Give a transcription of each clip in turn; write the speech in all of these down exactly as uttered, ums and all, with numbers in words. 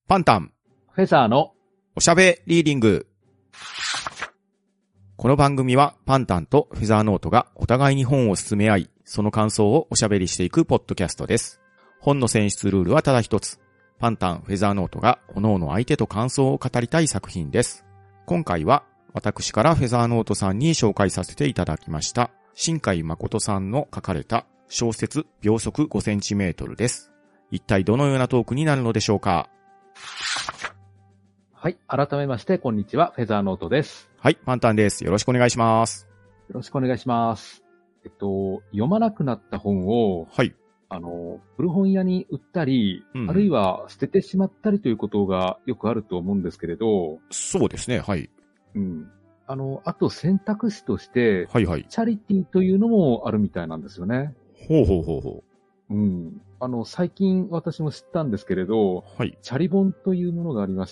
パンタン、 フェザーのおしゃべリーディング。この番組はパンタンとフェザーノートがお互いに本を進め合い、その感想をおしゃべりしていくポッドキャストです。本の選出ルールはただ一つ。パンタン、フェザーノートが各々相手と感想を語りたい作品です。今回は私からフェザーノートさんに紹介させていただきました、新海誠さんの書かれた小説秒速ごセンチメートルです。一体どのようなトークになるのでしょうか。 はい。改めまして、こんにちは。フェザーノートです。 はい。パンタンです。よろしくお願いします。 よろしくお願いします。えっと、読まなくなった本を、 はい。 あの、古本屋に売ったり、 うん、 あるいは捨ててしまったりということがよくあると思うんですけれど。 そうですね。はい。 うん。あの、あと選択肢として、 はいはい。 チャリティーというのもあるみたいなんですよね。 ほうほうほうほう。うん。あの、最近私も知ったんですけれど、 はい。 チャリ本というものがありまして、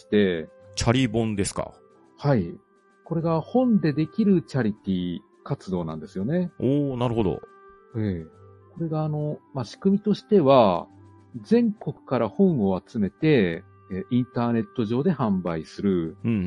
チャリ本ですか。 はい。これが本でできるチャリティー活動なんですよね。 おー、なるほど。 ええ。これがあの、まあ、仕組みとしては、全国から本を集めて、えインターネット上で販売する。 うんうんうん。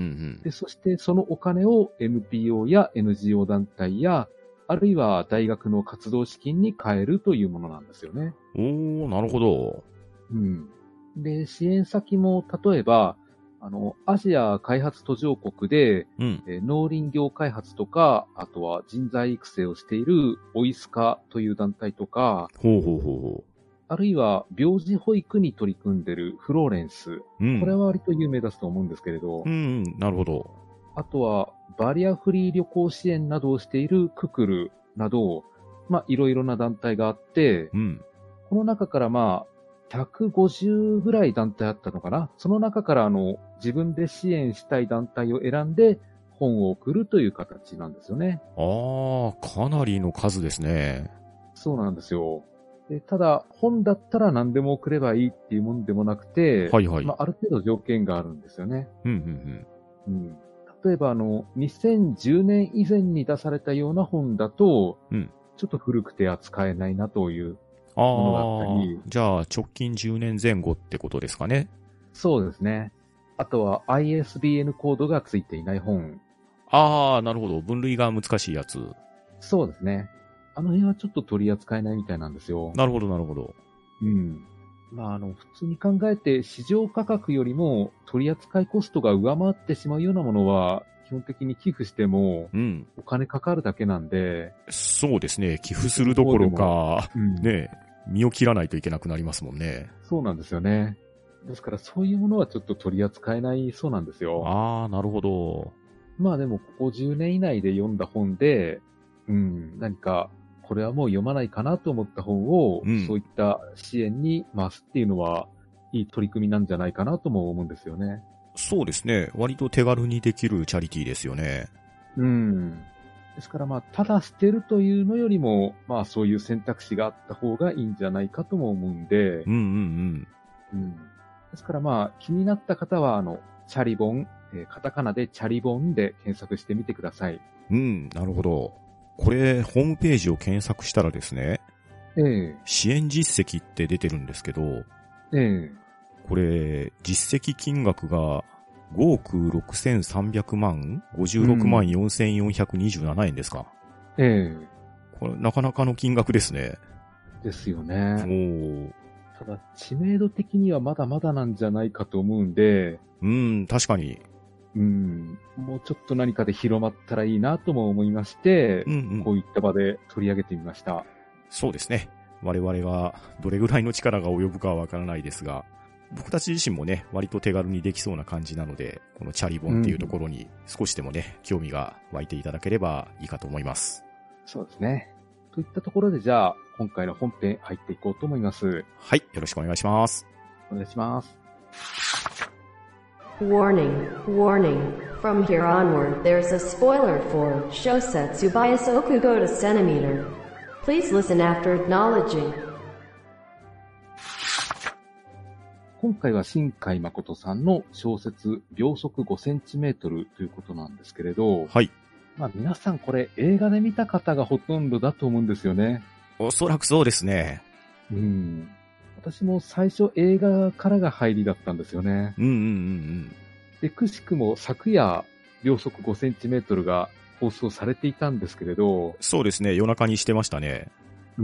で、そしてそのお金を エヌピーオー や エヌジーオー 団体や、あるいは大学の活動資金に変えるというものなんですよね。 おー、なるほど。 うん。で、支援先も例えば、あの、アジア開発途上国で、 うん。 えー農林業開発とか、あとは人材育成をしているオイスカという団体とか、 ほうほうほうほあるいは病児保育に取り組んでいるフローレンス。 う。うん。 これは割と有名だと思うんですけれど、 うん、うん、なるほど。 あとはバリアフリー旅行支援などをしているククルなど、まあ、いろいろな団体があって、 うん。 この中からまあ、ひゃくごじゅうぐらい団体あったのかな。その中からあの、自分で支援したい団体を選んで本を送るという形なんですよね。 あー、かなりの数ですね。 そうなんですよ。でただ、本だったら何でも送ればいいっていうもんでもなくて、 はいはい。 まあ、ある程度条件があるんですよね。 うんうんうん。例えばあの、にせんじゅうねん以前に出されたような本だと、 うん。うん。 ちょっと古くて扱えないなというあものだったー、 り、 じゃあ直近じゅうねんぜん後ってことですかね。 そうですね。あとは アイエスビーエヌ コードがついていない本。 あー、なるほど。分類が難しいやつ。 そうですね。あの辺はちょっと取り扱えないみたいなんですよ。 なるほど、なるほど。 うん。まあ、あの、普通に考えて市場価格よりも取り扱いコストが上回ってしまうようなものは、基本的に寄付してもうん。 お金かかるだけなんで。 そうですね。寄付するどころか、 うん、 ね、身を切らないといけなくなりますもんね。 そうなんですよね。ですからそういうものはちょっと取り扱えないそうなんですよ。 あー、なるほど。 まあでもここじゅうねん以内で読んだ本で、うん、何かこれはもう読まないかなと思った本を、 うんそういった支援に回すっていうのは、いい取り組みなんじゃないかなとも思うんですよね。 そうですね。割と手軽にできるチャリティーですよね。 うん。ですからまあ、ただ捨てるというのよりも、まあそういう選択肢があった方がいいんじゃないかとも思うんで、 うんうんうん。ですからまあ、気になった方は、あの、チャリボン、えーカタカナでチャリボンで検索してみてください。 うん。うん、なるほど。これ、ホームページを検索したらですね、 ええ支援実績って出てるんですけど、 ええこれ、実績金額がごおくろくせんさんびゃくまん ?ごじゅうろくまんよんせんよんひゃくにじゅうななえんですか。 ええこれ、なかなかの金額ですね。 ですよおね。 ー。 ただ、知名度的にはまだまだなんじゃないかと思うんで、 うん、確かに。 うん、もうちょっと何かで広まったらいいなとも思いまして、 うんうん。 こういった場で取り上げてみました。 そうですね。我々がどれぐらいの力が及ぶかはわからないですが、僕たち自身もね、割と手軽にできそうな感じなので、このチャリボンっていうところに少しでもね、興味が湧いていただければいいかと思います。 そうですね。といったところで、じゃあ、今回の本編入っていこうと思います。 はい、よろしくお願いします。 お願いします。 Warning, warning. From here onward, there's a spoiler for Shosetsu bias Okugo to centimeter. Please listen after acknowledging. 今回は新海誠さんの小説秒速ごセンチメートルということなんですけれど、 はい。 まあ皆さんこれ映画で見た方がほとんどだと思うんですよね。 おそらくそうですね。 うん。 私も最初映画からが入りだったんですよね。 うんうんうんうん。 で、くしくも昨夜、秒速ごセンチメートルが放送されていたんですけれど。 そうですね、夜中にしてましたね。 うん。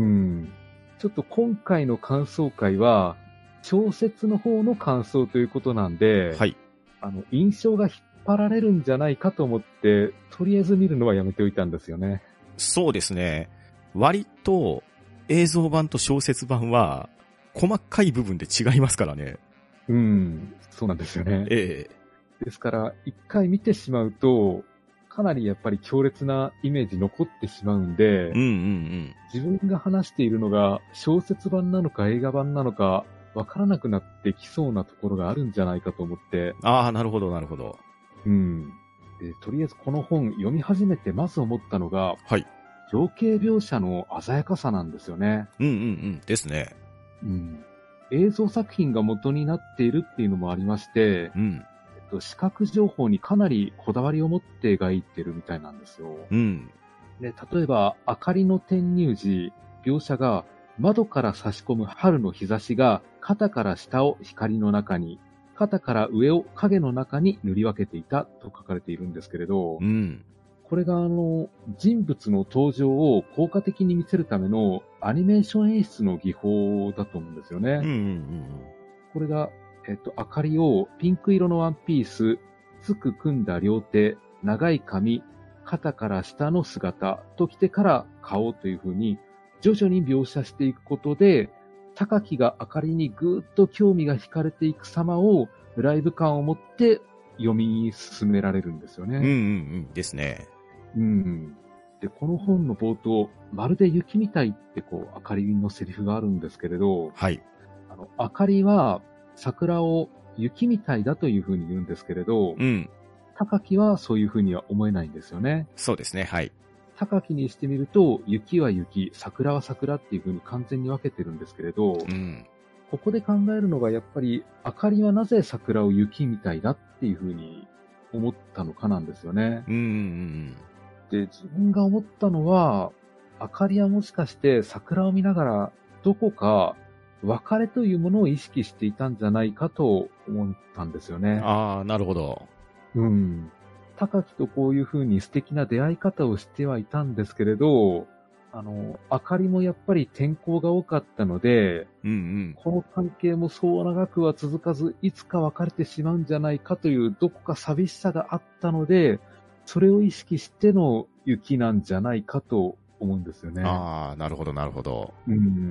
ちょっと今回の感想会は、小説の方の感想ということなんで、 はい。 あの、印象が引っ張られるんじゃないかと思って、とりあえず見るのはやめておいたんですよね。 そうですね。割と映像版と小説版は細かい部分で違いますからね。 うん、そうなんですよね。 ええ。 ですから、一回見てしまうと、かなりやっぱり強烈なイメージ残ってしまうんで、 うんうんうん。 自分が話しているのが小説版なのか映画版なのかわからなくなってきそうなところがあるんじゃないかと思って。 ああ、なるほどなるほど。 うん。で、とりあえずこの本読み始めてまず思ったのが、 はい。 情景描写の鮮やかさなんですよね。 うんうんうんですね。 うん。映像作品が元になっているっていうのもありまして、 うん。 えっと、視覚情報にかなりこだわりを持って描いてるみたいなんですよ。 うん。 で、例えば、明かりの転入時、描写が窓から差し込む春の日差しが肩から下を光の中に、肩から上を影の中に塗り分けていたと書かれているんですけれど、 うん。 これがあの、人物の登場を効果的に見せるためのアニメーション演出の技法だと思うんですよね。 うんうんうんこれが、えっと、明かりをピンク色のワンピース、つく組んだ両手、長い髪、肩から下の姿ときてから顔というふうに徐々に描写していくことで、高木が明かりにぐーっと興味が惹かれていく様をライブ感を持って読み進められるんですよね。 うんうんうんですね。 うん。で、この本の冒頭、まるで雪みたいってこう、明かりのセリフがあるんですけれど、 はい。 あの、明かりは桜を雪みたいだというふうに言うんですけれど、 うん。 高木はそういうふうには思えないんですよね。 そうですね。はい。 高木にしてみると、雪は雪、桜は桜っていうふうに完全に分けてるんですけれど、 うん。 ここで考えるのがやっぱり、明かりはなぜ桜を雪みたいだっていうふうに思ったのかなんですよね。 うんうんうんで、自分が思ったのは、明かりはもしかして桜を見ながら、どこか別れというものを意識していたんじゃないかと思ったんですよね。 ああ、なるほど。 うん。高木とこういう風に素敵な出会い方をしてはいたんですけれど、あの、明かりもやっぱり天候が多かったので、 うんうん。 この関係もそう長くは続かず、いつか別れてしまうんじゃないかというどこか寂しさがあったので、それを意識しての雪なんじゃないかと思うんですよね。 ああ、なるほどなるほど。 うん。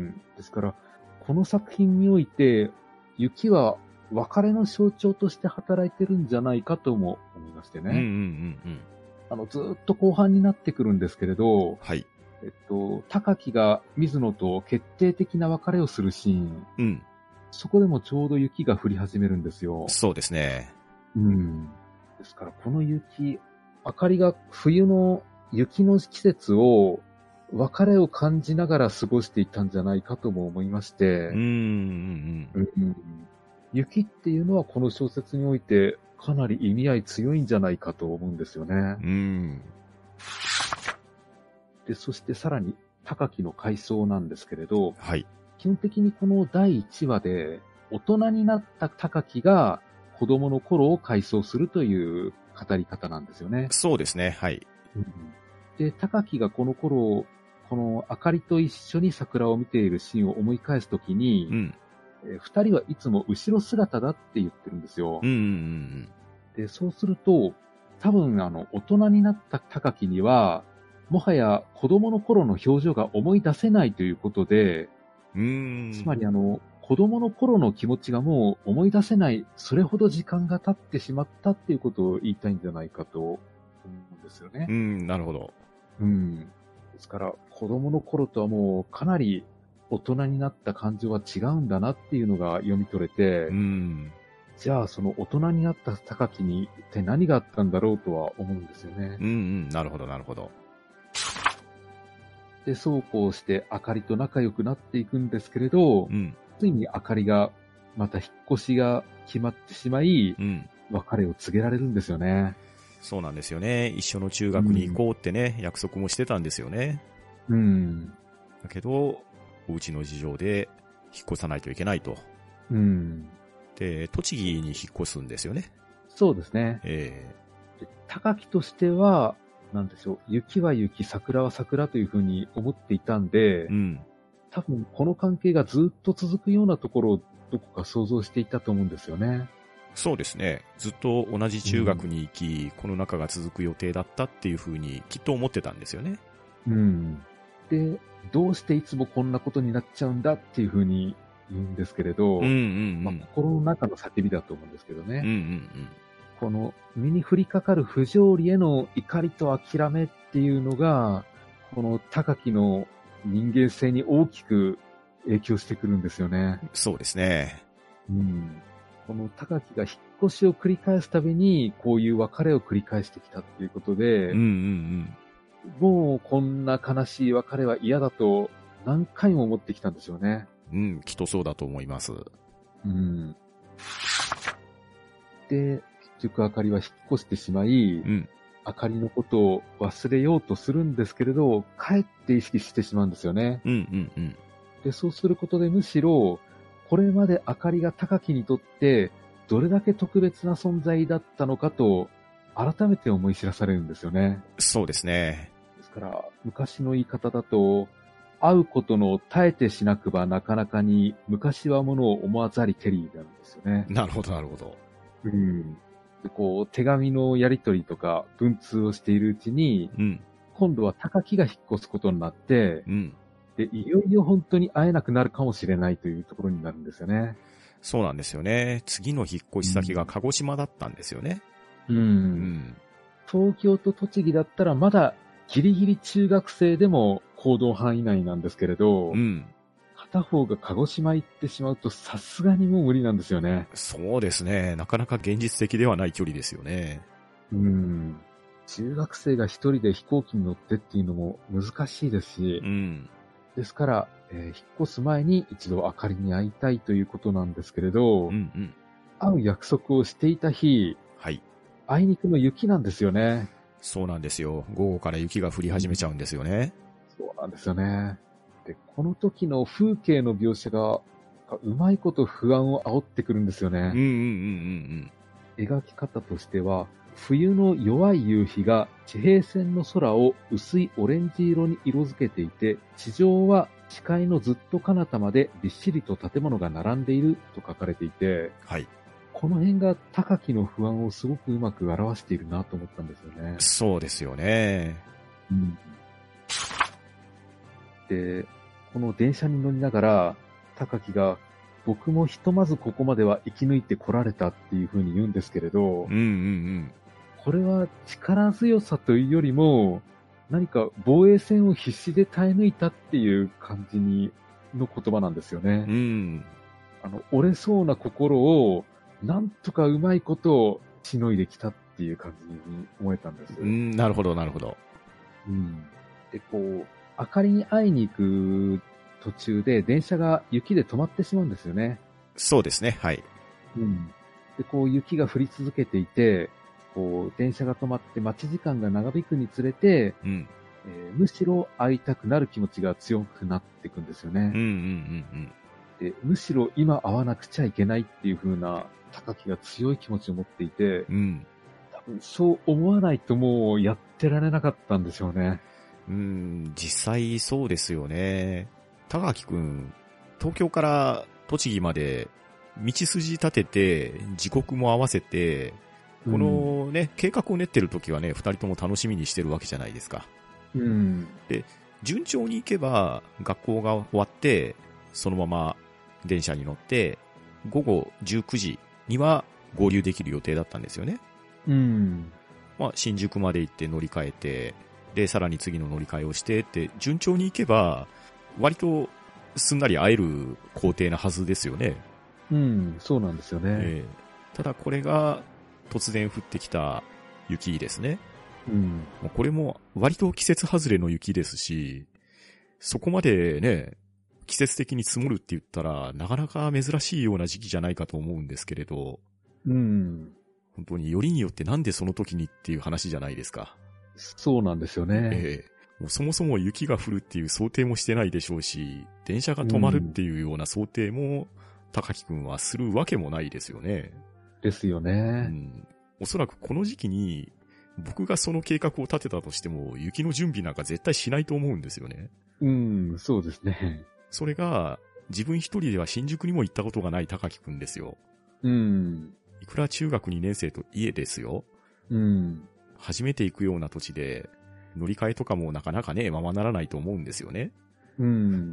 ですから、この作品において、雪は別れの象徴として働いてるんじゃないかとも思いましてね。 うんうんうんうん。 あの、ずーっと後半になってくるんですけれど、 はい。 えっと、高木が水野と決定的な別れをするシーン、 うん。 そこでもちょうど雪が降り始めるんですよ。 そうですね。 うん。ですから、この雪、明かりが冬の雪の季節を、別れを感じながら過ごしていたんじゃないかとも思いまして、 うんうんうん。 うん雪っていうのはこの小説においてかなり意味合い強いんじゃないかと思うんですよね。 うん。 で、そしてさらに高木の回想なんですけれど、 はい。 基本的にこのだいいちわで大人になった高木が子供の頃を回想するという語り方なんですよね。 そうですね。はい。 で、高木がこの頃、この明かりと一緒に桜を見ているシーンを思い返すときに、 うん。 えー二人はいつも後ろ姿だって言ってるんですよ。 うんうんうんで、そうすると、多分あの、大人になった高木には、もはや子供の頃の表情が思い出せないということで、 うん。うーん。 つまりあの、子供の頃の気持ちがもう思い出せない、それほど時間が経ってしまったっていうことを言いたいんじゃないかと思うんですよねう。ん、なるほど。 うん。ですから、子供の頃とはもうかなり大人になった感情は違うんだなっていうのが読み取れて、 うん。 じゃあその大人になった高木に一体何があったんだろうとは思うんですよね。 うんうん、なるほどなるほど。 で、そうこうしてあかりと仲良くなっていくんですけれど、 うん。 ついにあかりがまた引っ越しが決まってしまい、 うん。 別れを告げられるんですよね。 そうなんですよね。一緒の中学に行こうってね、うん、約束もしてたんですよね。 うん。 だけど、お家の事情で引っ越さないといけないと。 うん。 で、栃木に引っ越すんですよね。 そうですね。 えで高木としては、なんでしょう、雪は雪、桜は桜というふうに思っていたんで、 ー、うん。 多分この関係がずっと続くようなところをどこか想像していたと思うんですよね。 そうですね。ずっと同じ中学に行き、うん、この仲が続く予定だったっていうふうにきっと思ってたんですよね。 うん。で、どうしていつもこんなことになっちゃうんだっていうふうに言うんですけれど、 うんうんうん、 まあ、心の中の叫びだと思うんですけどね。 うんうんうん、 この身に降りかかる不条理への怒りと諦めっていうのが、この高木の人間性に大きく影響してくるんですよね。 そうですね。 うん。この高木が引っ越しを繰り返すたびに、こういう別れを繰り返してきたっていうことで、 うんうんうん、 もうこんな悲しい別れは嫌だと何回も思ってきたんですよね。 うん、きっとそうだと思います。 うん。で、結局あかりは引っ越してしまい、うん、あかりのことを忘れようとするんですけれど、かえって意識してしまうんですよね。 うんうんうん。 で、そうすることでむしろ、これまであかりが高木にとってどれだけ特別な存在だったのかと改めて思い知らされるんですよね。 そうですね。 ですから、昔の言い方だと、会うことの耐えてしなくばなかなかに昔はものを思わざりけりなんですよね。 なるほどなるほど。 うん。でこう、手紙のやり取りとか文通をしているうちに、うん、今度は高木が引っ越すことになって、うん、で、いよいよ本当に会えなくなるかもしれないというところになるんですよね。 そうなんですよね。次の引っ越し先が鹿児島だったんですよね。 うん。うん、東京と栃木だったらまだギリギリ中学生でも行動範囲内なんですけれど、うん、片方が鹿児島行ってしまうとさすがにもう無理なんですよね。 そうですね。なかなか現実的ではない距離ですよね。 うん。中学生が一人で飛行機に乗ってっていうのも難しいですし、うん、ですから、えー、引っ越す前に一度あかりに会いたいということなんですけれど、うんうん、会う約束をしていた日、はい、あいにくの雪なんですよね。 そうなんですよ。午後から雪が降り始めちゃうんですよね。 うん、そうなんですよね。で、この時の風景の描写が、うまいこと不安を煽ってくるんですよね。うんうんうんうんうん、描き方としては、冬の弱い夕日が地平線の空を薄いオレンジ色に色づけていて、地上は視界のずっと彼方までびっしりと建物が並んでいると書かれていて、はい、この辺が高木の不安をすごくうまく表しているなと思ったんですよね。 そうですよね。 うん、で、この電車に乗りながら、高木が、僕もひとまずここまでは生き抜いてこられたっていう風に言うんですけれど、うんうんうん、これは力強さというよりも、何か防衛戦を必死で耐え抜いたっていう感じにの言葉なんですよね。うん、あの折れそうな心をなんとかうまいことをしのいできたっていう感じに思えたんです。 うん、なるほどなるほど。 うん、でこうあかりに会いに行く途中で電車が雪で止まってしまうんですよね。 そうですね、はい。 うん。で、こう雪が降り続けていて、こう電車が止まって待ち時間が長引くにつれて、うんえー、むしろ会いたくなる気持ちが強くなっていくんですよね。うんうんうんうん。で、むしろ今会わなくちゃいけないっていう風な高木が強い気持ちを持っていて、うん、多分そう思わないともうやってられなかったんでしょうね。 うん、実際そうですよね。高木くん、東京から栃木まで道筋立てて、時刻も合わせて、このね、うん、計画を練ってる時はね、二人とも楽しみにしてるわけじゃないですか。うん。で、順調に行けば、学校が終わって、そのまま電車に乗って、午後じゅうくじには合流できる予定だったんですよね。うん。まあ、新宿まで行って乗り換えて、で、さらに次の乗り換えをしてって、順調に行けば、割とすんなり会える工程なはずですよね。 うん、そうなんですよね。えー、ただこれが突然降ってきた雪ですね。うん、もうこれも割と季節外れの雪ですし、そこまでね、季節的に積もるって言ったらなかなか珍しいような時期じゃないかと思うんですけれど、うん、本当によりによってなんでその時にっていう話じゃないですか。 そうなんですよね。 えーもうそもそも雪が降るっていう想定もしてないでしょうし、電車が止まるっていうような想定も、高木くんはするわけもないですよね。 ですよね。 うん。おそらくこの時期に、僕がその計画を立てたとしても、雪の準備なんか絶対しないと思うんですよね。 うん、そうですね。 それが、自分一人では新宿にも行ったことがない高木くんですよ。 うん。 いくら中学にねん生と家ですよ。 うん。 初めて行くような土地で、乗り換えとかもなかなかね、ままならないと思うんですよね。 うん。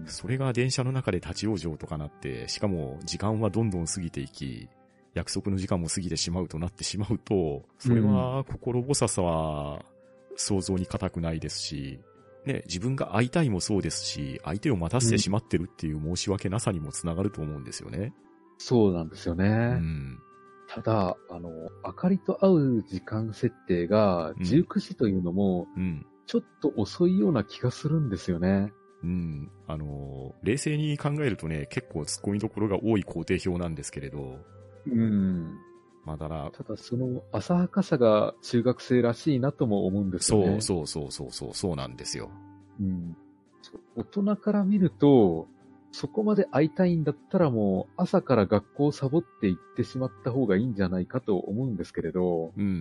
それが電車の中で立ち往生とかなって、しかも時間はどんどん過ぎていき、約束の時間も過ぎてしまうとなってしまうと、それは心細さは想像に難くないですし、ね、自分が会いたいもそうですし、相手を待たせてしまってるっていう申し訳なさにもつながると思うんですよね。 そうなんですよね。 うん、 ただ、あの、あかりと会う時間設定がじゅうくじというのも、 うん、 ちょっと遅いような気がするんですよね。 うん。あの、冷静に考えるとね、結構突っ込みどころが多い工程表なんですけれど。 うん。 まあだら、 ただその浅はかさが中学生らしいなとも思うんですよね。 そうそうそうそうそう、そうなんですよ。 うん。大人から見ると、そこまで会いたいんだったらもう朝から学校をサボって行ってしまった方がいいんじゃないかと思うんですけれど、 うんうんうん。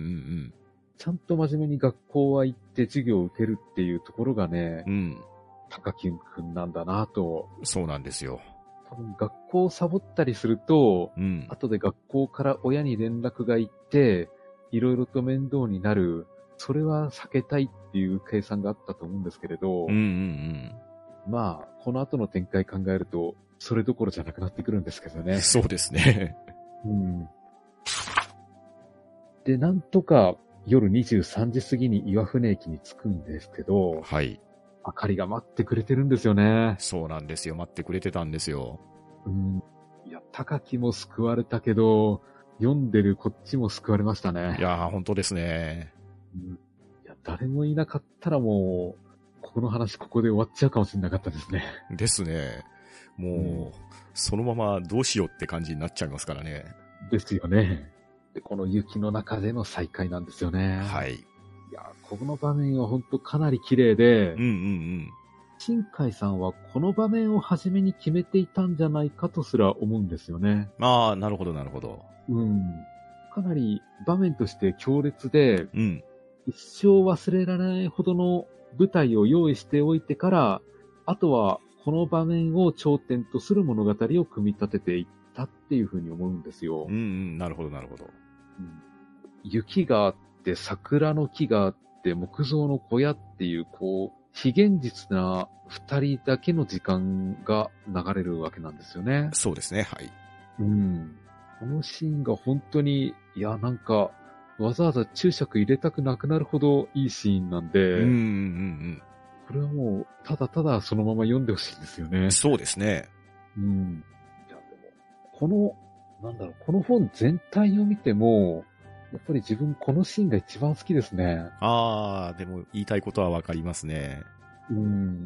ちゃんと真面目に学校は行って授業を受けるっていうところがね、 うん。 高木くんなんだなと。 そうなんですよ。 多分学校をサボったりすると、 うん。 後で学校から親に連絡が行って、いろいろと面倒になる、それは避けたいっていう計算があったと思うんですけれど、 うんうんうん。 まあ、この後の展開考えると、それどころじゃなくなってくるんですけどね。 そうですね。 うん。で、なんとか夜にじゅうさんじ過ぎに岩船駅に着くんですけど、 はい。 あかりが待ってくれてるんですよね。 そうなんですよ。待ってくれてたんですよ。 うん。いや、高木も救われたけど、読んでるこっちも救われましたね。 いやー、本当ですね。 うん、いや、誰もいなかったらもう、この話ここで終わっちゃうかもしれなかったですね。 ですね。もう、 うん、このままどうしようって感じになっちゃいますからね。 ですよね。で、この雪の中での再会なんですよね。 はい。 いや、この場面は本当かなり綺麗で、 うんうんうん。 新海さんはこの場面を初めに決めていたんじゃないかとすら思うんですよね。 ああ、なるほどなるほど。 うん。かなり場面として強烈で、 うん。 一生忘れられないほどの舞台を用意しておいてから、あとはこの場面を頂点とする物語を組み立てていったっていうふうに思うんですよ。 うんうん、なるほどなるほど。 うん、雪があって、桜の木があって、木造の小屋っていう、こう、非現実な二人だけの時間が流れるわけなんですよね。 そうですね、はい。 うん。このシーンが本当に、いや、なんか、わざわざ注釈入れたくなくなるほどいいシーンなんで、 うんうんうん。 これはもう、ただただそのまま読んでほしいんですよね。 そうですね。 うん。いや、でも、この、なんだろう、この本全体を見ても、やっぱり自分このシーンが一番好きですね。 ああ、でも言いたいことはわかりますね。 うん。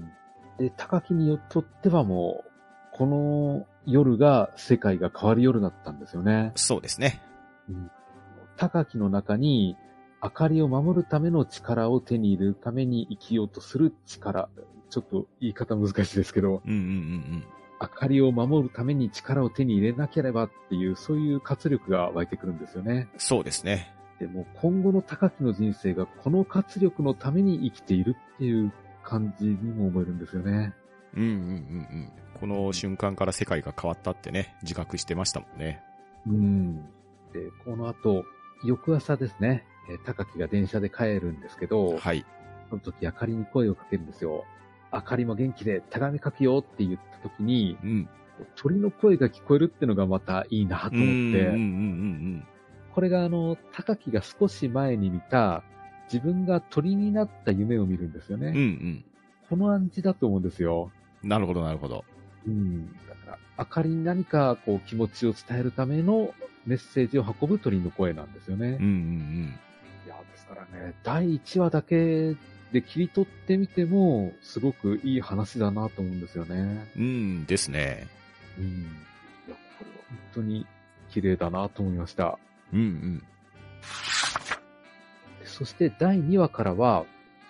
で、高木にとってはもう、この夜が世界が変わる夜だったんですよね。 そうですね。 うん、高木の中に、明かりを守るための力を手に入れるために生きようとする力。ちょっと言い方難しいですけど、 うんうんうんうん。 明かりを守るために力を手に入れなければっていう、そういう活力が湧いてくるんですよね。 そうですね。 でも今後の高木の人生がこの活力のために生きているっていう感じにも思えるんですよね。 うんうんうんうん。この瞬間から世界が変わったってね、自覚してましたもんね。 うん。で、この後、翌朝ですね、高木が電車で帰るんですけど、 はい。 その時、あかりに声をかけるんですよ。あかりも元気で手紙書くよって言った時に、 うん。 鳥の声が聞こえるってのがまたいいなと思って、うんうんうんうん、 これがあの、高木が少し前に見た、自分が鳥になった夢を見るんですよね。 うんうん。 この暗示だと思うんですよ。 なるほど、なるほど。 うん。だから、あかりに何かこう気持ちを伝えるためのメッセージを運ぶ鳥の声なんですよね。 うんうんうん。 いや、ですからね、だいいちわだけで切り取ってみても、すごくいい話だなと思うんですよね。 うんですね。 うん。いや、これは本当に綺麗だなと思いました。 うんうん。 そしてだいにわからは、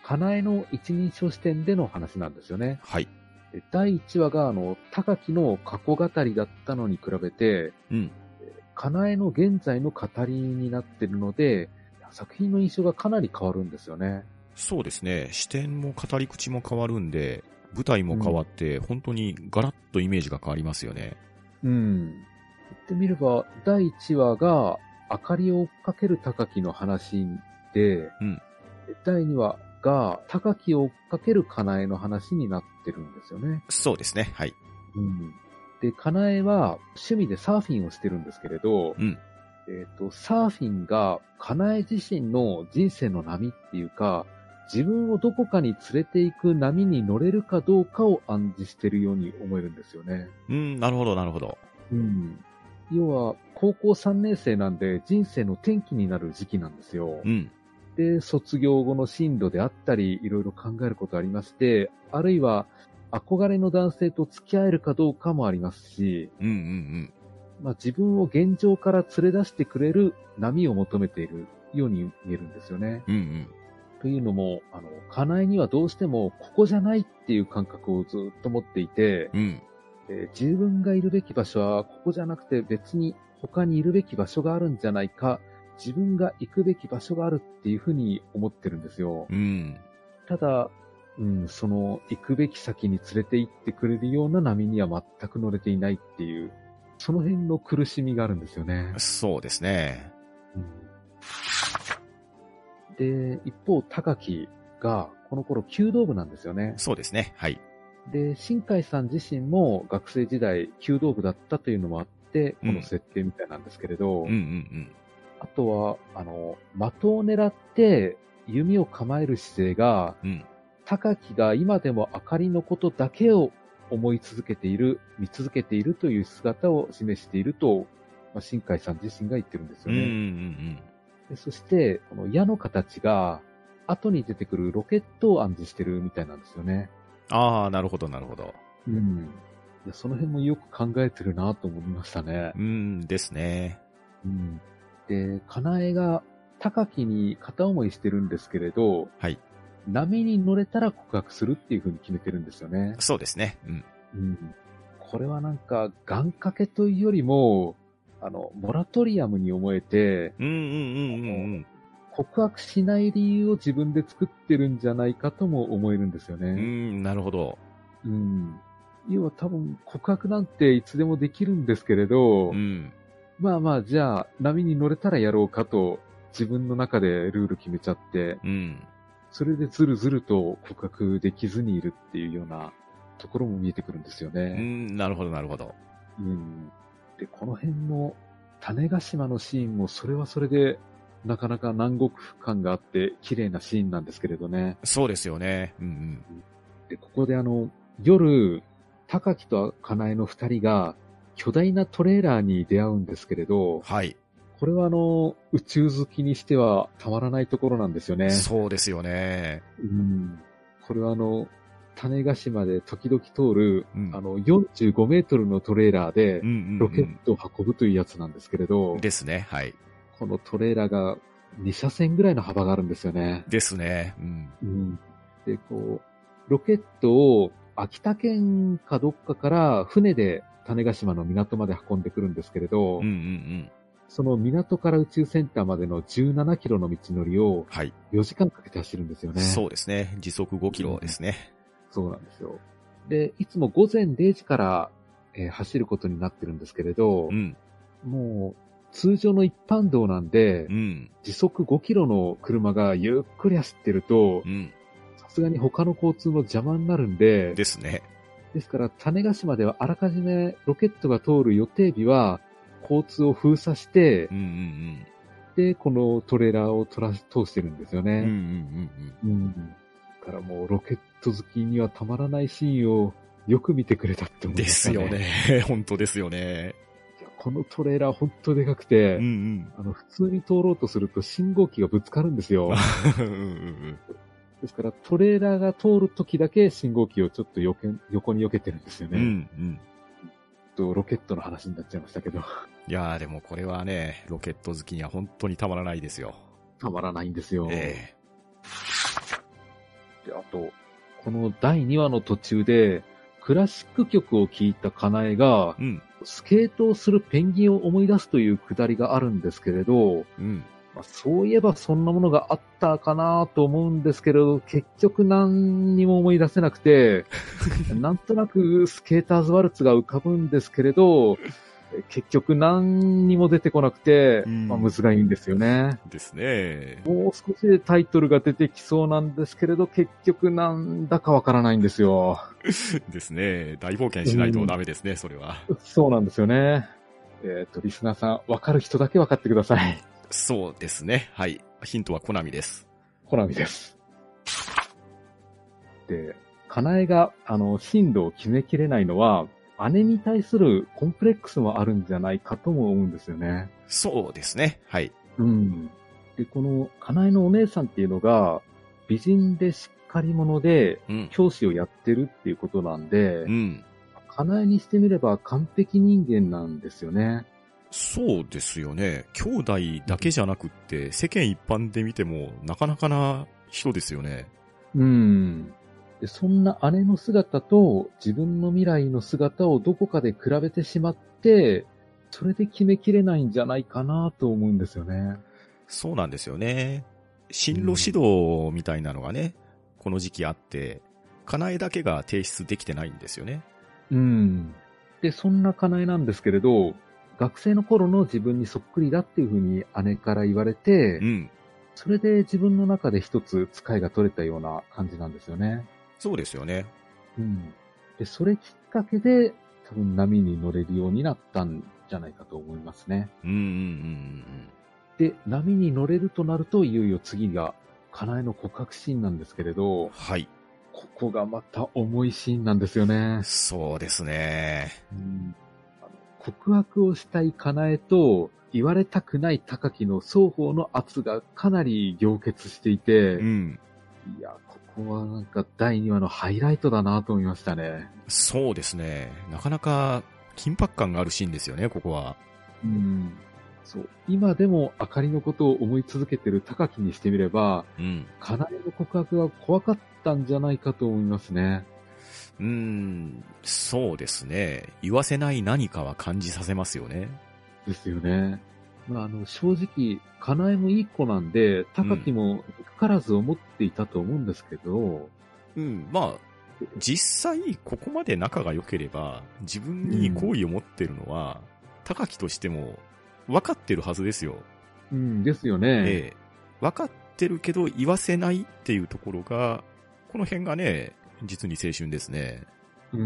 かなえの一人称視点での話なんですよね。 はい。 でだいいちわが、あの、高木の過去語りだったのに比べて、 うん。 かなえの現在の語りになってるので、作品の印象がかなり変わるんですよね。 そうですね。視点も語り口も変わるんで、舞台も変わって、うん、本当にガラッとイメージが変わりますよね。 うん。言ってみれば、だいいちわが、明かりを追っかける高木の話で、 うん、 だいにわが、高木を追っかけるかなえの話になってるんですよね。 そうですね。はい。 うん。で、かなえは趣味でサーフィンをしてるんですけれど、 うん。 えっと、サーフィンが、かなえ自身の人生の波っていうか、自分をどこかに連れて行く波に乗れるかどうかを暗示してるように思えるんですよね。 うん、なるほど、なるほど。 うん。要は、高校さんねん生なんで人生の転機になる時期なんですよ。 うん。 で、卒業後の進路であったり、いろいろ考えることありまして、あるいは、憧れの男性と付き合えるかどうかもありますし、 うんうんうん。 まあ、自分を現状から連れ出してくれる波を求めているように見えるんですよね。 うんうん。 というのも、あの、かなえにはどうしてもここじゃないっていう感覚をずっと持っていて、 うん。 えー自分がいるべき場所はここじゃなくて別に他にいるべき場所があるんじゃないか、自分が行くべき場所があるっていうふうに思ってるんですよ。 うん。 ただ、うん、その行くべき先に連れて行ってくれるような波には全く乗れていないっていう、その辺の苦しみがあるんですよね。 そうですね。 うん、で、一方、高木がこの頃弓道部なんですよね。 そうですね。はい。 で、新海さん自身も学生時代弓道部だったというのもあって、この設定みたいなんですけれど、 うんうんうん。 あとは、あの、的を狙って弓を構える姿勢が、 うん。 高木が今でも明かりのことだけを思い続けている、見続けているという姿を示していると、まあ、新海さん自身が言ってるんですよね。 うんうんうん。 でそして、この矢の形が、後に出てくるロケットを暗示してるみたいなんですよね。 ああ、なるほど、なるほど。 うん。いやその辺もよく考えてるなと思いましたね。 うん、ですね。 うん。で、かなえが高木に片思いしてるんですけれど、 はい。 波に乗れたら告白するっていう風に決めてるんですよね。 そうですね。うん。 うん。これはなんか、願掛けというよりも、あの、モラトリアムに思えて、 うんうんうんうんうん。 告白しない理由を自分で作ってるんじゃないかとも思えるんですよね。 うん、なるほど。 うん。要は多分告白なんていつでもできるんですけれど、 うん。 まあまあ、じゃあ波に乗れたらやろうかと自分の中でルール決めちゃって、 うん。 それでずるずると告白できずにいるっていうようなところも見えてくるんですようね。 ん、なるほど、なるほど。 うん。で、この辺の種子島のシーンもそれはそれでなかなか南国感があって綺麗なシーンなんですけれどね。 そうですよね。うんうん。 で、ここであの、夜、高木とかなえの二人が巨大なトレーラーに出会うんですけれど、 はい。 これはあの、宇宙好きにしてはたまらないところなんですよね。 そうですよね。 うん。これはあの、種子島で時々通る、 うん、 あの、よんじゅうごメートルのトレーラーで、ロケットを運ぶというやつなんですけれど、 うんうん、ですね、はい。 このトレーラーがに車線ぐらいの幅があるんですよね。 ですね。うん。 うん、で、こう、ロケットを秋田県かどっかから船で種子島の港まで運んでくるんですけれど、 うんうんうん、 その港から宇宙センターまでのじゅうななキロの道のりをよじかんかけて走るんですよね。 はい、そうですね。時速ごキロですね、 うん。そうなんですよ。で、いつもごぜんれいじから、えー、走ることになってるんですけれど、 うん、 もう通常の一般道なんで、 うん、 時速ごキロの車がゆっくり走ってると、さすがに他の交通の邪魔になるんで、 ですね。 ですから、種子島ではあらかじめロケットが通る予定日は、交通を封鎖して、 うんうんうん、 で、このトレーラーを通してるんですよね。 うんうんうんうん、 だからもうロケット好きにはたまらないシーンをよく見てくれたって思いましたね。 ですよね。本当ですよね。 このトレーラー本当でかくて、 うんうん、 あの普通に通ろうとすると信号機がぶつかるんですよ。 うんうんうん、 ですからトレーラーが通るときだけ信号機をちょっとよけ横に避けてるんですよね。 うんうんとロケットの話になっちゃいましたけど。 いやーでもこれはね、ロケット好きには本当にたまらないですよ。 たまらないんですよ。 えで、あと、このだいにわの途中で、クラシック曲を聴いたカナエが、 うん。 スケートをするペンギンを思い出すというくだりがあるんですけれど、 うん。 まあ、そういえばそんなものがあったかなと思うんですけど、結局何にも思い出せなくて、なんとなくスケーターズワルツが浮かぶんですけれど、結局何にも出てこなくて、 うんまあ、むずがいいんですよね。 ですね。 もう少しでタイトルが出てきそうなんですけれど、結局なんだかわからないんですよ。 ですね。大冒険しないとダメですね、それは。 そうなんですよね。えっと、リスナーさん、わかる人だけわかってください。 そうですね。はい。ヒントはコナミです。 コナミです。で、カナエが、あの、進路を決めきれないのは、姉に対するコンプレックスもあるんじゃないかとも思うんですよね。 そうですね。はい。 うん。で、この、カナエのお姉さんっていうのが、美人でしっかり者で、 うん。 教師をやってるっていうことなんで、 うん。 カナエにしてみれば完璧人間なんですよね。 そうですよね。兄弟だけじゃなくって、世間一般で見てもなかなかな人ですよね。 うん。で、そんな姉の姿と自分の未来の姿をどこかで比べてしまって、それで決めきれないんじゃないかなと思うんですよね。 そうなんですよね。進路指導みたいなのがね、この時期あって、カナエだけが提出できてないんですよね。 うん。で、そんなカナエなんですけれど、学生の頃の自分にそっくりだっていうふうに姉から言われて、 うん。 それで自分の中で一つ使いが取れたような感じなんですよね。 そうですよね。 うん。で、それきっかけで、多分波に乗れるようになったんじゃないかと思いますね。 うんうんうんで、波に乗れるとなると、いよいよ次が、カナエの告白シーンなんですけれうん。 ど、 はい。 ここがまた重いシーンなんですよね。 そうですね。 うんあの告白をしたいカナエと、言われたくない高木の双方の圧がかなり凝結していて、 うん。 いや、ここはなんかだいにわのハイライトだなと思いましたね。 そうですね。なかなか緊迫感があるシーンですよね、ここは。 うん。そう。今でもあかりのことを思い続けてる高木にしてみれば、 うん。 カナエの告白が怖かったんじゃないかと思いますね。 うーん、そうですね。言わせない何かは感じさせますよね。 ですよね。まあ、あの、正直、カナエもいい子なんで、高木も憎からず思っていたと思うんですけど、 うん、まあ、実際、ここまで仲が良ければ、自分に好意を持ってるのは、高木としても分かってるはずですよ。 うん、ですよね。 ええ。分かってるけど言わせないっていうところが、この辺がね、実に青春ですね。 うん、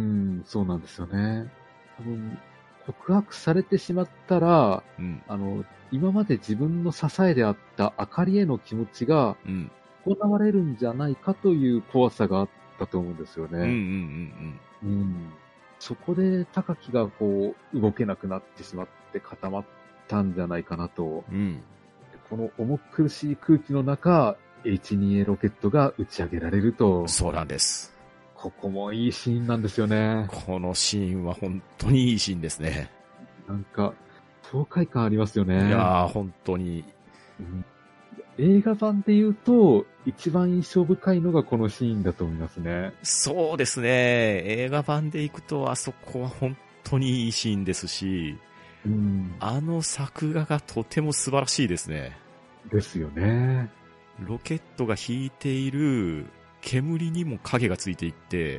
そうなんですよね。多分、告白されてしまったら、 うん、 あの、今まで自分の支えであったあかりへの気持ちがうん、 行われるんじゃないかという怖さがあったと思うんですよね。 うん、うん、うん、 うん。そこで高木がこう、動けなくなってしまって固まったんじゃないかなと。 うん。うんこの重苦しい空気の中、エイチツーエー ロケットが打ち上げられると。 そうなんです。 ここもいいシーンなんですよね。 このシーンは本当にいいシーンですね。 なんか、爽快感ありますよね。 いやー、本当に。 うん映画版で言うと、一番印象深いのがこのシーンだと思いますね。 そうですね。映画版で行くと、あそこは本当にいいシーンですし、 うん。 あの作画がとても素晴らしいですね。 ですよね。 ロケットが引いている煙にも影がついていって、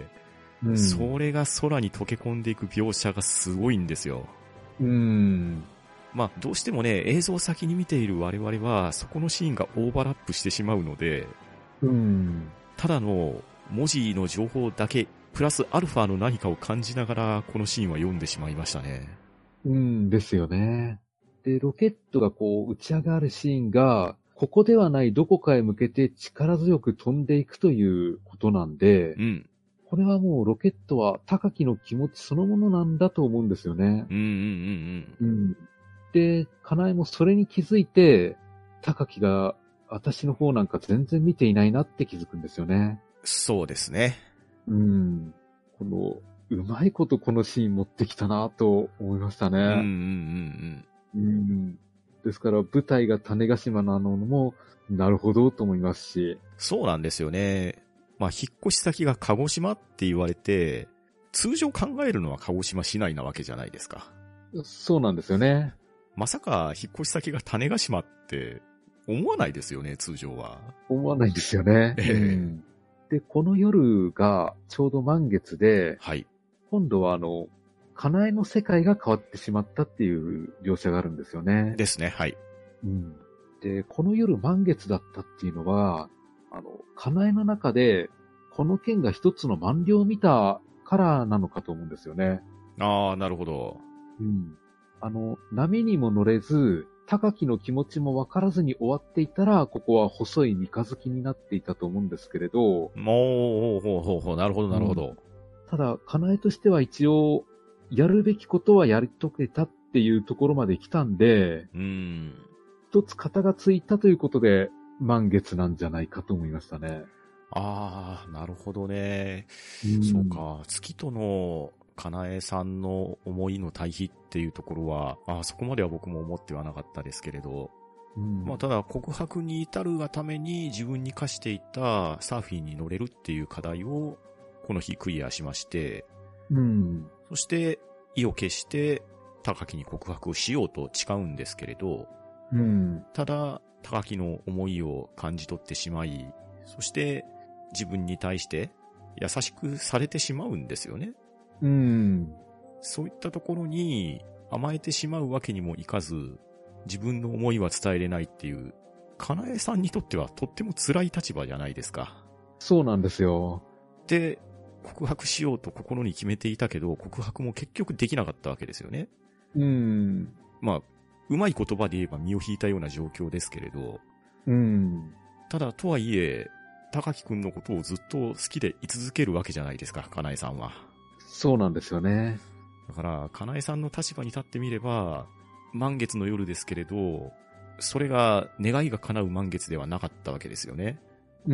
うん。 それが空に溶け込んでいく描写がすごいんですよ。 うん。 まあ、どうしてもね、映像を先に見ている我々は、そこのシーンがオーバーラップしてしまうので、 うん。 ただの文字の情報だけ、プラスアルファの何かを感じながら、このシーンは読んでしまいましたね。 うんですよね。で、ロケットがこう打ち上がるシーンが、ここではないどこかへ向けて力強く飛んでいくということなんで、 うん。 これはもうロケットは高木の気持ちそのものなんだと思うんですよね。 うんうんうんうん。 うん。で、かなえもそれに気づいて、高木が私の方なんか全然見ていないなって気づくんですよね。 そうですね。 うん。この、うまいことこのシーン持ってきたなと思いましたね。 うんうんうんうん。 うん。ですから舞台が種子島なのも、なるほどと思いますし。 そうなんですよね。 まあ、引っ越し先が鹿児島って言われて、通常考えるのは鹿児島市内なわけじゃないですか。 そうなんですよね。 まさか引っ越し先が種子島って思わないですよね、通常は。 思わないんですよね。 ええうん、で、この夜がちょうど満月で、 はい。 今度はあの、かなえの世界が変わってしまったっていう描写があるんですよね。 ですね、はい。 うん、で、この夜満月だったっていうのは、あの、かなえの中で、この剣が一つの満了を見たからなのかと思うんですよね。 ああ、なるほど。 うん。あの、波にも乗れず、高木の気持ちも分からずに終わっていたら、ここは細い三日月になっていたと思うんですけれど。 もう、ほうほうほう、なるほど、なるほど。 うん、ただ、かなえとしては一応、やるべきことはやり遂げたっていうところまで来たんで、 うん。 一つ型がついたということで、満月なんじゃないかと思いましたね。 ああ、なるほどね。 うん、 そうか、月との、かなえさんの思いの対比っていうところは、あそこまでは僕も思ってはなかったですけれど、 うん、 まあただ告白に至るがために自分に課していたサーフィンに乗れるっていう課題をこの日クリアしまして、 うん、 そして意を決して高木に告白をしようと誓うんですけれど、 うん、 ただ高木の思いを感じ取ってしまい、そして自分に対して優しくされてしまうんですよね。 うん、 そういったところに甘えてしまうわけにもいかず、自分の思いは伝えれないっていう、かなえさんにとってはとっても辛い立場じゃないですか。 そうなんですよ。 で、告白しようと心に決めていたけど、告白も結局できなかったわけですよね。 うん。 まあ、うまい言葉で言えば身を引いたような状況ですけれど、 うん。 ただとはいえ、高木くんのことをずっと好きで居続けるわけじゃないですか、かなえさんは。 そうなんですよね。 だから、かなえさんの立場に立ってみれば、満月の夜ですけれど、それが願いが叶う満月ではなかったわけですよね。 うん。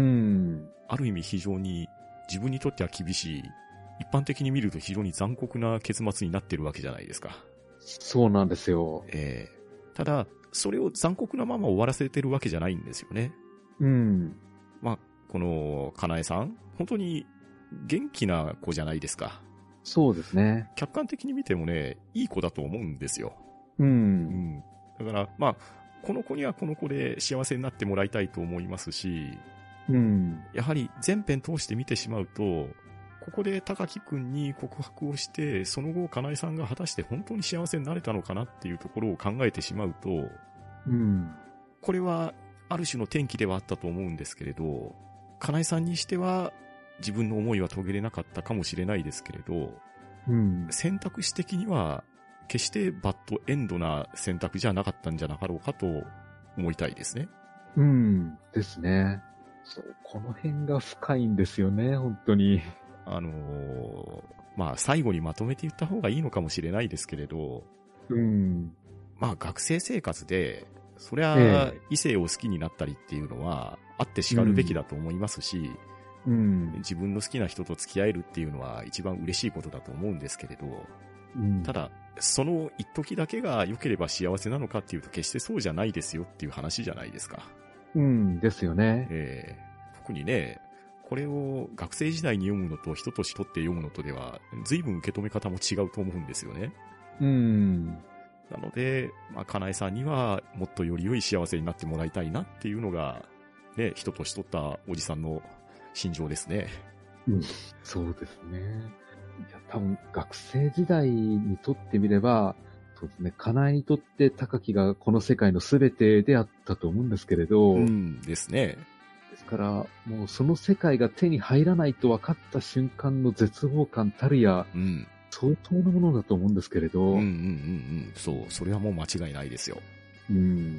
ある意味非常に自分にとっては厳しい、一般的に見ると非常に残酷な結末になってるわけじゃないですか。 そうなんですよ。 ええー、ただ、それを残酷なまま終わらせてるわけじゃないんですよね。 うん。 まあ、この、かなえさん、本当に元気な子じゃないですか。 そうですね。 客観的に見てもね、いい子だと思うんですよ。 う。 うんん。だから、まあ、この子にはこの子で幸せになってもらいたいと思いますし、 うん。 やはり全編通して見てしまうと、ここで高木くんに告白をして、その後、かなえさんが果たして本当に幸せになれたのかなっていうところを考えてしまうと、 うん。 これはある種の転機ではあったと思うんですけれど、かなえさんにしては自分の思いは遂げれなかったかもしれないですけれど、 うん。 選択肢的には決してバッドエンドな選択じゃなかったんじゃなかろうかと思いたいですね。 うん。ですね。そう、この辺が深いんですよね、本当に。 あのー、まあ最後にまとめて言った方がいいのかもしれないですけれど、 うん。 まあ学生生活で、そりゃ、 ええ、 異性を好きになったりっていうのはあって叱るべきだと思いますし、 うん。 自分の好きな人と付き合えるっていうのは一番嬉しいことだと思うんですけれど、 うん、 ただ、その一時だけが良ければ幸せなのかっていうと決してそうじゃないですよっていう話じゃないですか。 うん、ですよね。 えー、特にね、これを学生時代に読むのと人として読むのとでは随分受け止め方も違うと思うんですよね。 うん。 なので、まあ、かなえさんにはもっとより良い幸せになってもらいたいなっていうのが、ね、人としとったおじさんの心情ですね。 うん、そうですね。いや、多分学生時代にとってみれば、そうですね、かなえにとって高木がこの世界の全てであったと思うんですけれど、 うんですね。 ですから、もうその世界が手に入らないと分かった瞬間の絶望感たるや、 うん。 相当なものだと思うんですけれど、 うんうんうんうん。そう、それはもう間違いないですよ。 うん。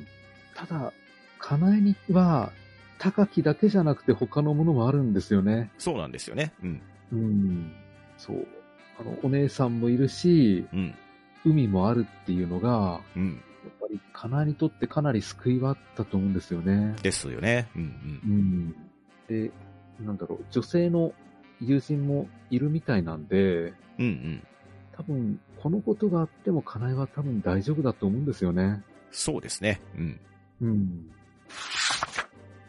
ただ、かなえには、高木だけじゃなくて他のものもあるんですよね。 そうなんですよね。うん。 うん。そう。あの、お姉さんもいるし、 うん。 海もあるっていうのが、 うん。 やっぱりかなえにとってかなり救いはあったと思うんですよね。 ですよね。うんうん。で、なんだろう、女性の友人もいるみたいなんで、 うん。うんうん。 多分、このことがあってもかなえは多分大丈夫だと思うんですよね。 そうですね。うん。 うん。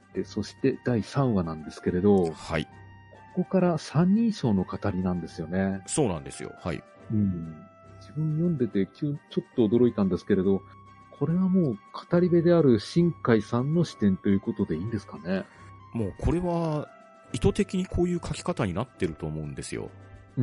で、そしてだいさんわなんですけれど、 はい。 ここから三人称の語りなんですよね。 そうなんですよ。はい。 うん。自分読んでて急ちょっと驚いたんですけれど、これはもう語り部である新海さんの視点ということでいいんですかね。 もうこれは意図的にこういう書き方になってると思うんですよ。 うん。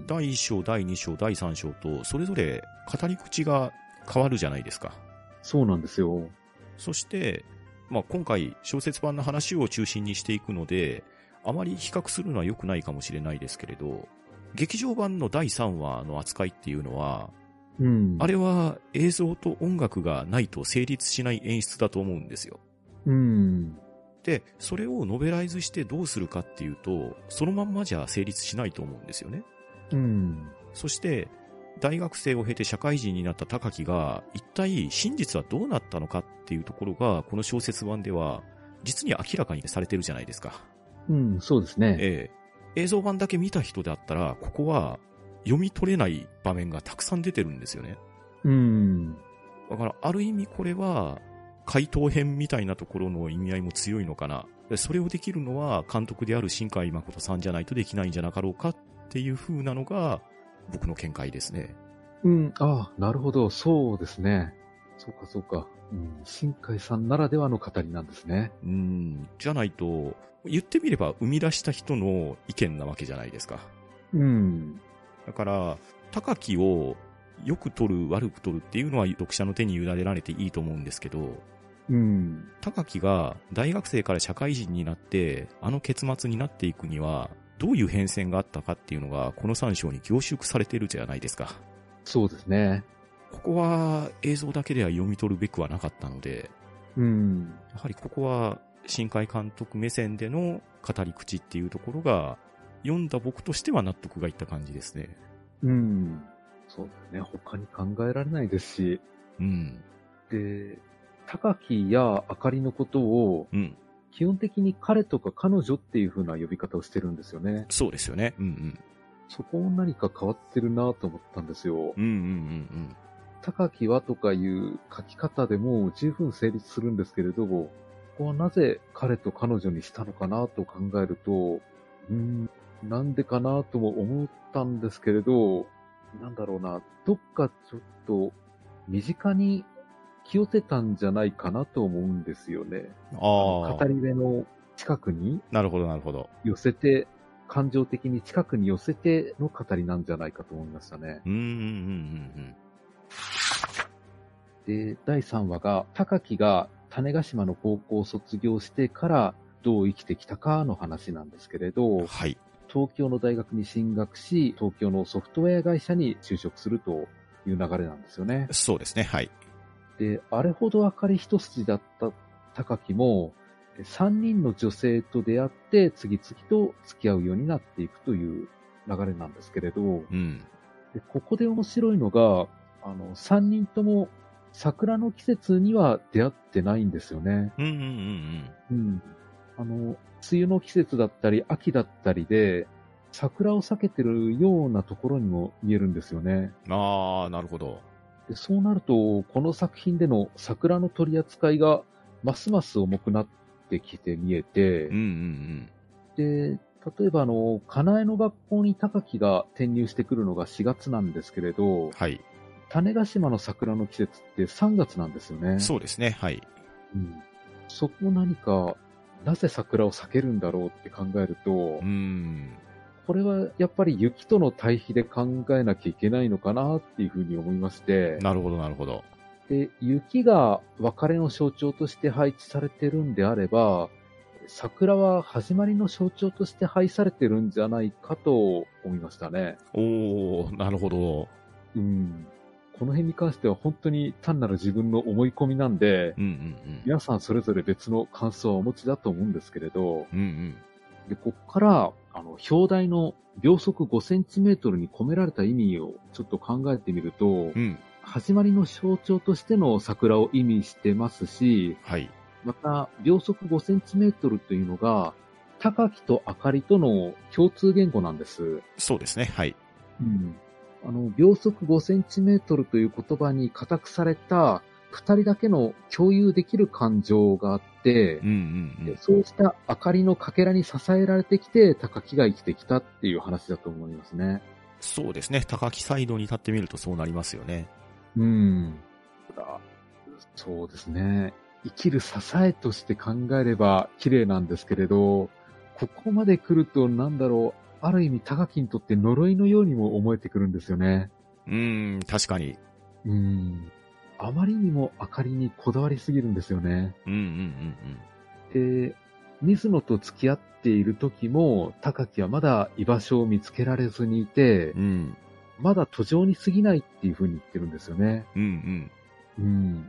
だいいっ章、だいに章、だいさん章とそれぞれ語り口が変わるじゃないですか。 そうなんですよ。 そして、まあ、今回小説版の話を中心にしていくので、あまり比較するのは良くないかもしれないですけれど、劇場版のだいさんわの扱いっていうのは、 うん。 あれは映像と音楽がないと成立しない演出だと思うんですよ。 うん。 で、それをノベライズしてどうするかっていうと、そのまんまじゃ成立しないと思うんですよね。 うん。 そして、大学生を経て社会人になった高木が、一体真実はどうなったのかっていうところが、この小説版では、実に明らかにされてるじゃないですか。 うん、そうですね。 ええ。映像版だけ見た人だったら、ここは読み取れない場面がたくさん出てるんですよね。 うん。 だから、ある意味これは、回答編みたいなところの意味合いも強いのかな。それをできるのは監督である新海誠さんじゃないとできないんじゃなかろうかっていう風なのが僕の見解ですね。 うん、ああ、なるほど、そうですね。そうか、そうか。うん、新海さんならではの語りなんですね。 うん、じゃないと、言ってみれば生み出した人の意見なわけじゃないですか。 うん。 だから、高木をよく取る悪く取るっていうのは読者の手に委ねられていいと思うんですけど、 うん。 高木が大学生から社会人になってあの結末になっていくにはどういう変遷があったかっていうのがこのさん章に凝縮されてるじゃないですか。 そうですね。 ここは映像だけでは読み取るべくはなかったので、 うん。 やはりここは新海監督目線での語り口っていうところが読んだ僕としては納得がいった感じですね。 うん。そうだよね。他に考えられないですし。 うん。 で、高木やあかりのことを、 うん。 基本的に彼とか彼女っていう風な呼び方をしてるんですよね。 そうですよね。うんうん。 そこも何か変わってるなと思ったんですよ。 うんうんうんうん。 高木はとかいう書き方でも十分成立するんですけれど、ここはなぜ彼と彼女にしたのかなと考えると、うーん、なんでかなとも思ったんですけれど、なんだろうな、どっかちょっと身近に気をてたんじゃないかなと思うんですよね。 ああ。 語り部の近くになるほどなるほど。 寄せて、感情的に近くに寄せての語りなんじゃないかと思いましたね。 うんうんうんうんで、だいさんわが、高木が種子島の高校を卒業してからどう生きてきたかの話なんですけれうん。 ど、 はい。 東京の大学に進学し、東京のソフトウェア会社に就職するという流れなんですよね。 そうですね。はい。 で、あれほど明かり一筋だった高木も、さんにんの女性と出会って次々と付き合うようになっていくという流れなんですけれど、 うん。 でここで面白いのが、あの、さんにんとも桜の季節には出会ってないんですよね。 うんうんうんうん。 うん。あの、梅雨の季節だったり、秋だったりで、桜を避けてるようなところにも見えるんですよね。 ああ、なるほど。 でそうなると、この作品での桜の取り扱いが、ますます重くなってきて見えて、 うんうんで、例えばあの、かなえの学校に高木が転入してくるのがしがつなんですけれど、 うん。はい。 種子島の桜の季節ってさんがつなんですよね。 そうですね。はい。 うん。そこを何か、なぜ桜を避けるんだろうって考えると、 うーん。 これはやっぱり雪との対比で考えなきゃいけないのかなっていうふうに思いまして、 なるほど、なるほど。 で、雪が別れの象徴として配置されてるんであれば、桜は始まりの象徴として配されてるんじゃないかと思いましたね。 おー、なるほど。 うん。この辺に関しては本当に単なる自分の思い込みなんで、 うんうん皆さんそれぞれ別の感想はお持ちだと思うんですけれど、 うん。うんうん。 で、こっから、あの、表題の秒速ごセンチメートルに込められた意味をちょっと考えてみると、 うん。 始まりの象徴としての桜を意味してますし、 はい。 また、秒速ごセンチメートルというのが、高木とあかりとの共通言語なんです。 そうですね。はい。 うん。あの、秒速ごセンチメートルという言葉に固くされた二人だけの共有できる感情があって、 うんうんうん、 そうした明かりのかけらに支えられてきて、高木が生きてきたっていう話だと思いますね。 そうですね。高木サイドに立ってみるとそうなりますよね。 うん。そうですね。生きる支えとして考えれば綺麗なんですけれど、ここまで来るとなんだろう、ある意味高木にとって呪いのようにも思えてくるんですよね。 うーん、確かに。 うん。あまりにも明かりにこだわりすぎるんですよね。 うんうんうんうん。で、水野と付き合っている時も、高木はまだ居場所を見つけられずにいて、 うん。うん。 まだ途上に過ぎないっていう風に言ってるんですよね。 うんうん。 うん。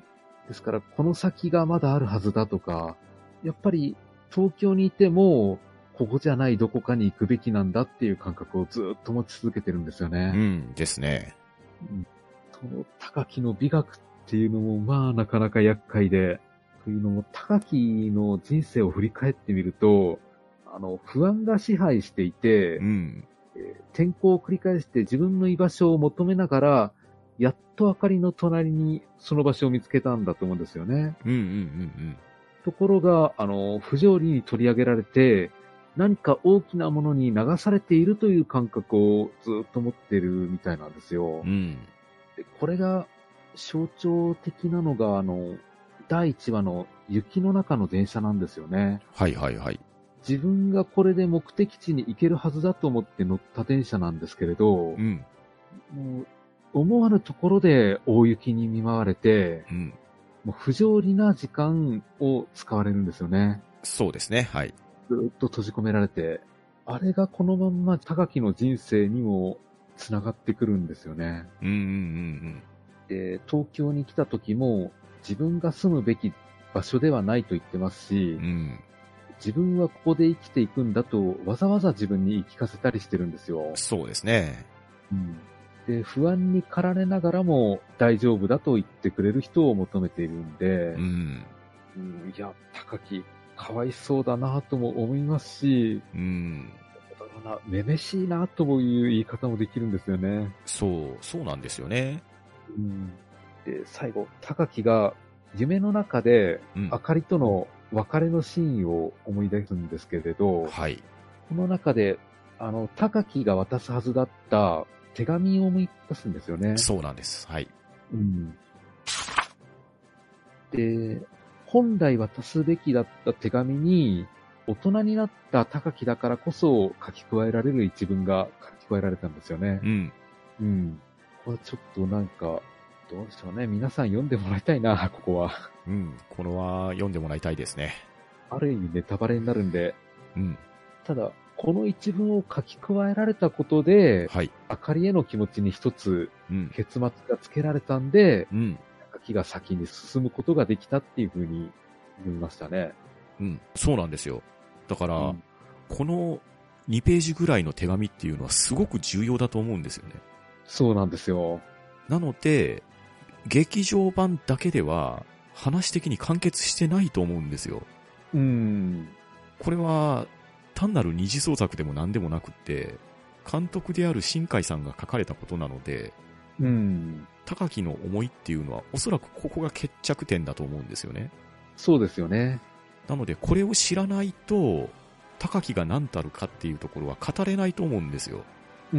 ですから、この先がまだあるはずだとか、やっぱり東京にいても、ここじゃないどこかに行くべきなんだっていう感覚をずっと持ち続けてるんですよね。 うんですね。 うん、その高木の美学っていうのも、まあなかなか厄介で、というのも、高木の人生を振り返ってみると、あの、不安が支配していて、 うん。 えー転校を繰り返して自分の居場所を求めながら、やっと明かりの隣にその場所を見つけたんだと思うんですよね。 うんうんうんところが、あの、不条理に取り上げられて、何か大きなものに流されているという感覚をずっと持ってるみたいなんですよ。 うん。うん。 でこれが象徴的なのが、あの、だいいちわの雪の中の電車なんですよね。 はいはいはい。 自分がこれで目的地に行けるはずだと思って乗った電車なんですけれど、 うん。 もう思わぬところで大雪に見舞われて、 うん。 もう不条理な時間を使われるんですよね。 そうですね。はい。 ずっと閉じ込められて、あれがこのまんま高木の人生にも繋がってくるんですよね。 うんうんうんで、東京に来た時も自分が住むべき場所ではないと言ってますし、 うん。うん。 自分はここで生きていくんだとわざわざ自分に言い聞かせたりしてるんですよ。 そうですね。 うん、で、不安に駆られながらも大丈夫だと言ってくれる人を求めているんで、 うん。 うん、いや、高木、かわいそうだなとも思いますし、 うん。 だろうな、めめしいなともいう言い方もできるんですよね。 そう、そうなんですよね。 うん、で、最後、高木が夢の中でうん。 明かりとの別れのシーンを思い出すんですけれど、 はい。 この中で、あの、高木が渡すはずだった手紙を思い出すんですよね。 そうなんです。はい。 うん。で、本来渡すべきだった手紙に、大人になった高木だからこそ書き加えられる一文が書き加えられたんですよね。 うん。 うん。これちょっとなんか、どうでしょうね。皆さん読んでもらいたいな、ここは。 うん。このは読んでもらいたいですね。 ある意味ネタバレになるんで。 うん。 ただ、この一文を書き加えられたことで、 はい。 あかりへの気持ちに一つうん。 結末がつけられたんで、 うん。 高木が先に進むことができたっていうふうに思いましたね。 うん。そうなんですよ。だから、 うん、 このにページぐらいの手紙っていうのはすごく重要だと思うんですよね。 そうなんですよ。 なので、劇場版だけでは話的に完結してないと思うんですよ。 うん。 これは単なる二次創作でも何でもなくって、監督である新海さんが書かれたことなので、 うん。 高木の思いっていうのはおそらくここが決着点だと思うんですよね。 そうですよね。 なのでこれを知らないと、高木が何たるかっていうところは語れないと思うんですよ。 うん。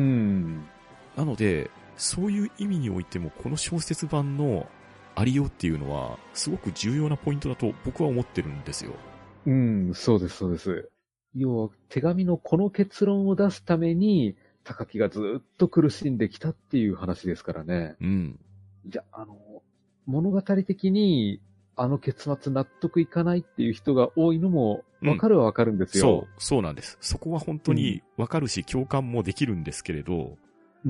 なので、そういう意味においてもこの小説版のありようっていうのはすごく重要なポイントだと僕は思ってるんですよ。 うん、そうです、そうです。要は、手紙のこの結論を出すために、高木がずっと苦しんできたっていう話ですからね。 うん。 いや、あの、物語的に、あの結末納得いかないっていう人が多いのも、わかるはわかるんですよ、 うん。そう、そうなんです。そこは本当にわかるし、共感もできるんですけれど、 うん。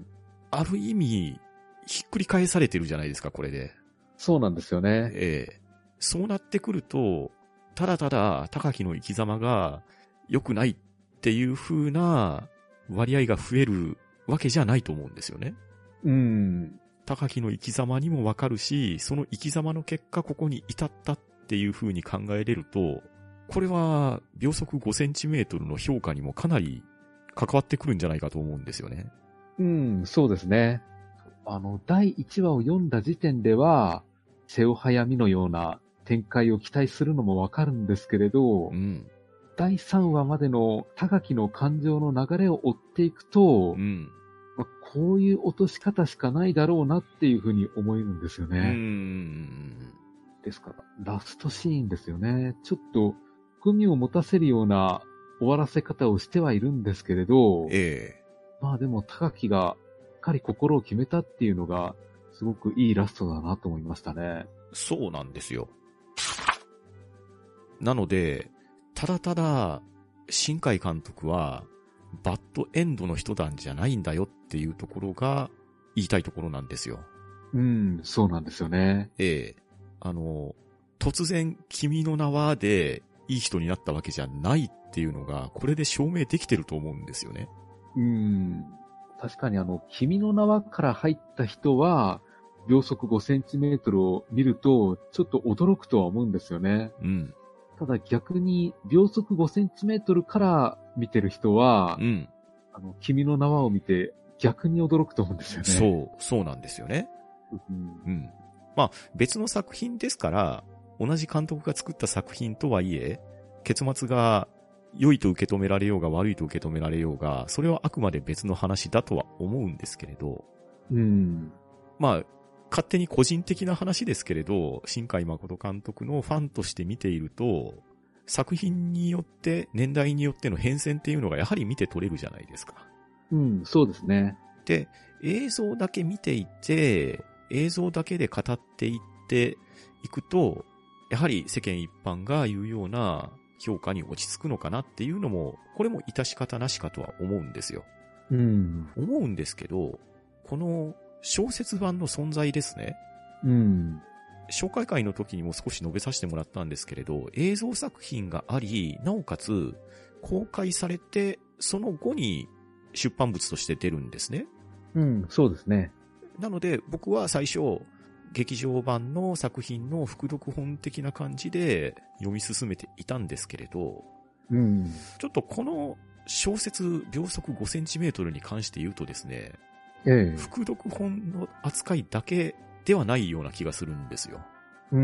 ある意味、ひっくり返されてるじゃないですか、これで。 そうなんですよね。 ええ。そうなってくると、ただただ高木の生き様が良くないっていう風な割合が増えるわけじゃないと思うんですよね。 うん。 高木の生き様にもわかるし、その生き様の結果ここに至ったっていう風に考えれると、これは秒速ごセンチメートルの評価にもかなり関わってくるんじゃないかと思うんですよね。 うん、そうですね。あの、だいいちわを読んだ時点では、 チェオハヤミのような展開を期待するのもわかるんですけれど、 うん。 だいさんわまでの高木の感情の流れを追っていくと、 うん。 まあ、こういう落とし方しかないだろうなっていうふうに思えるんですようね。 ん。 ですから、ラストシーンですよね。ちょっと、含みを持たせるような終わらせ方をしてはいるんですけれど、 ええ。 まあでも高木がしっかり心を決めたっていうのが、すごくいいラストだなと思いましたね。 そうなんですよ。なので、ただただ、新海監督は、バッドエンドの人なんじゃないんだよっていうところが、言いたいところなんですよ。 うん、そうなんですよね。 ええ。あの、突然、君の名はで、いい人になったわけじゃないっていうのが、これで証明できてると思うんですよね。 うん。確かにあの、君の名はから入った人は、秒速ごセンチメートルを見ると、ちょっと驚くとは思うんですよね。 うん。 ただ逆に、秒速ごセンチメートルから見てる人は、 うん。 あの、君の名はを見て、逆に驚くと思うんですよね。 そう、そうなんですよね。 うん。 うん。まあ、別の作品ですから、同じ監督が作った作品とはいえ、結末が良いと受け止められようが悪いと受け止められようが、それはあくまで別の話だとは思うんですけれど、 うん。 まあ、勝手に個人的な話ですけれど、新海誠監督のファンとして見ていると、作品によって、年代によっての変遷っていうのがやはり見て取れるじゃないですか。 うん、そうですね。 で、映像だけ見ていて、映像だけで語っていっていくと、やはり世間一般が言うような評価に落ち着くのかなっていうのも、これも致し方なしかとは思うんですよ。 うん。 思うんですけど、この小説版の存在ですね。 うん。 紹介会の時にも少し述べさせてもらったんですけれど、映像作品があり、なおかつ公開されて、その後に出版物として出るんですね。 うん、そうですね。 なので僕は最初、劇場版の作品の副読本的な感じで読み進めていたんですけれど、 うん。 ちょっとこの小説秒速ごセンチメートルに関して言うとですね、 ええ。 副読本の扱いだけではないような気がするんですよ。 うん。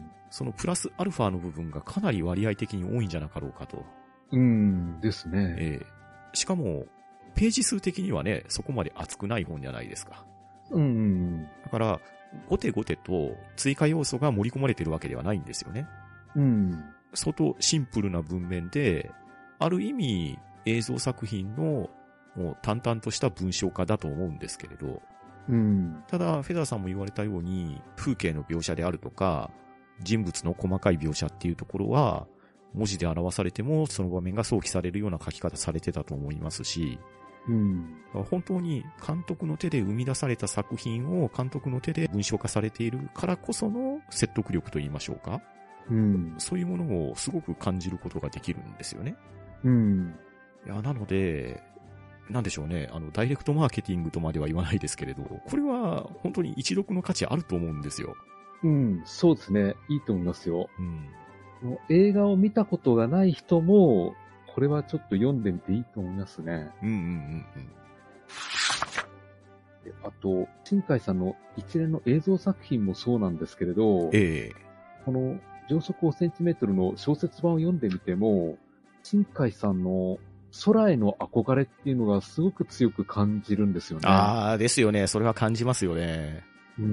そのプラスアルファの部分がかなり割合的に多いんじゃなかろうかと。 うんですね。 ええ。しかも、ページ数的にはね、そこまで厚くない本じゃないですか。 うん。 だから、ごてごてと追加要素が盛り込まれてるわけではないんですよね。 うん。 相当シンプルな文面で、ある意味映像作品のもう淡々とした文章化だと思うんですけれど、 うん。 ただ、フェザーさんも言われたように、風景の描写であるとか、人物の細かい描写っていうところは、文字で表されても、その場面が想起されるような書き方されてたと思いますし、 うん。 本当に監督の手で生み出された作品を監督の手で文章化されているからこその説得力と言いましょうか。 うん。 そういうものをすごく感じることができるんですよね。 うん。 いや、なので、なんでしょうね。あの、ダイレクトマーケティングとまでは言わないですけれど、これは本当に一読の価値あると思うんですよ。 うん。そうですね。いいと思いますよ。 うん。 もう映画を見たことがない人も、これはちょっと読んでみていいと思いますね。 うんうんうんであと、新海さんの一連の映像作品もそうなんですけれど、 ええこの秒速ごセンチメートルの小説版を読んでみても、新海さんの空への憧れっていうのがすごく強く感じるんですよね。 ああ、ですよね。それは感じますよね。 うん。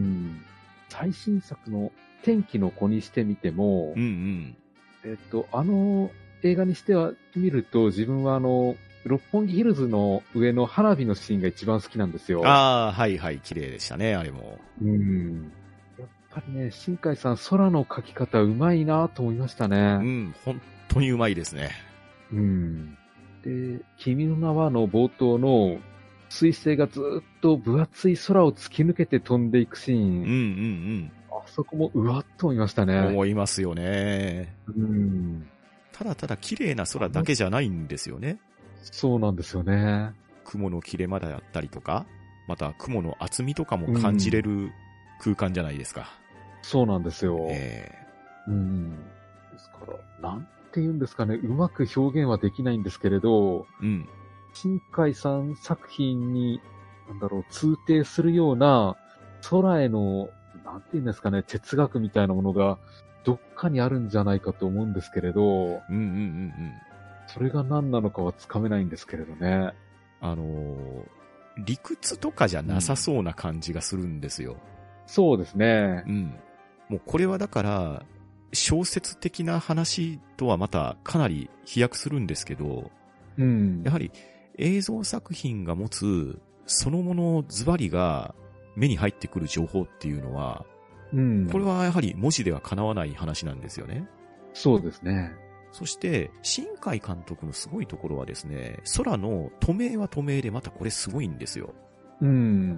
最新作の天気の子にしてみても、 うんうん。 えっと、あの映画にしては見ると自分はあの、六本木ヒルズの上の花火のシーンが一番好きなんですよ。 ああ、はいはい。綺麗でしたね、あれも。 うん。やっぱりね、新海さん空の描き方うまいなと思いましたうね。 ん、本当にうまいですね。 うん。で、君の名はの冒頭の彗星がずっと分厚い空を突き抜けて飛んでいくシーン。 うんうんあそこもうわっと思いましたね。 うん。思いますよね。 うん。 ただただ綺麗な空だけじゃないんですよね。 そうなんですよね。 雲の切れ間であったりとか、また雲の厚みとかも感じれる空間じゃないですか。 そうなんですよ。 えうん。ですから、なんて言うんですかね、うまく表現はできないんですけれど、 えうん。 新海さん作品に、なんだろう、通底するような空へのなんて言うんですかね、哲学みたいなものがどっかにあるんじゃないかと思うんですけれど、 うんうんうんうん。 それが何なのかはつかめないんですけれどね。 あのー、理屈とかじゃなさそうな感じがするんですよ。 そうですね。 うん。もうこれはだから、小説的な話とはまたかなり飛躍するんですけど、 うん。 やはり映像作品が持つそのものズバリが目に入ってくる情報っていうのは、 うん。 これはやはり文字では叶わない話なんですよね。 そうですね。 そして、新海監督のすごいところはですね、空の透明は透明でまたこれすごいんですよ。 うん。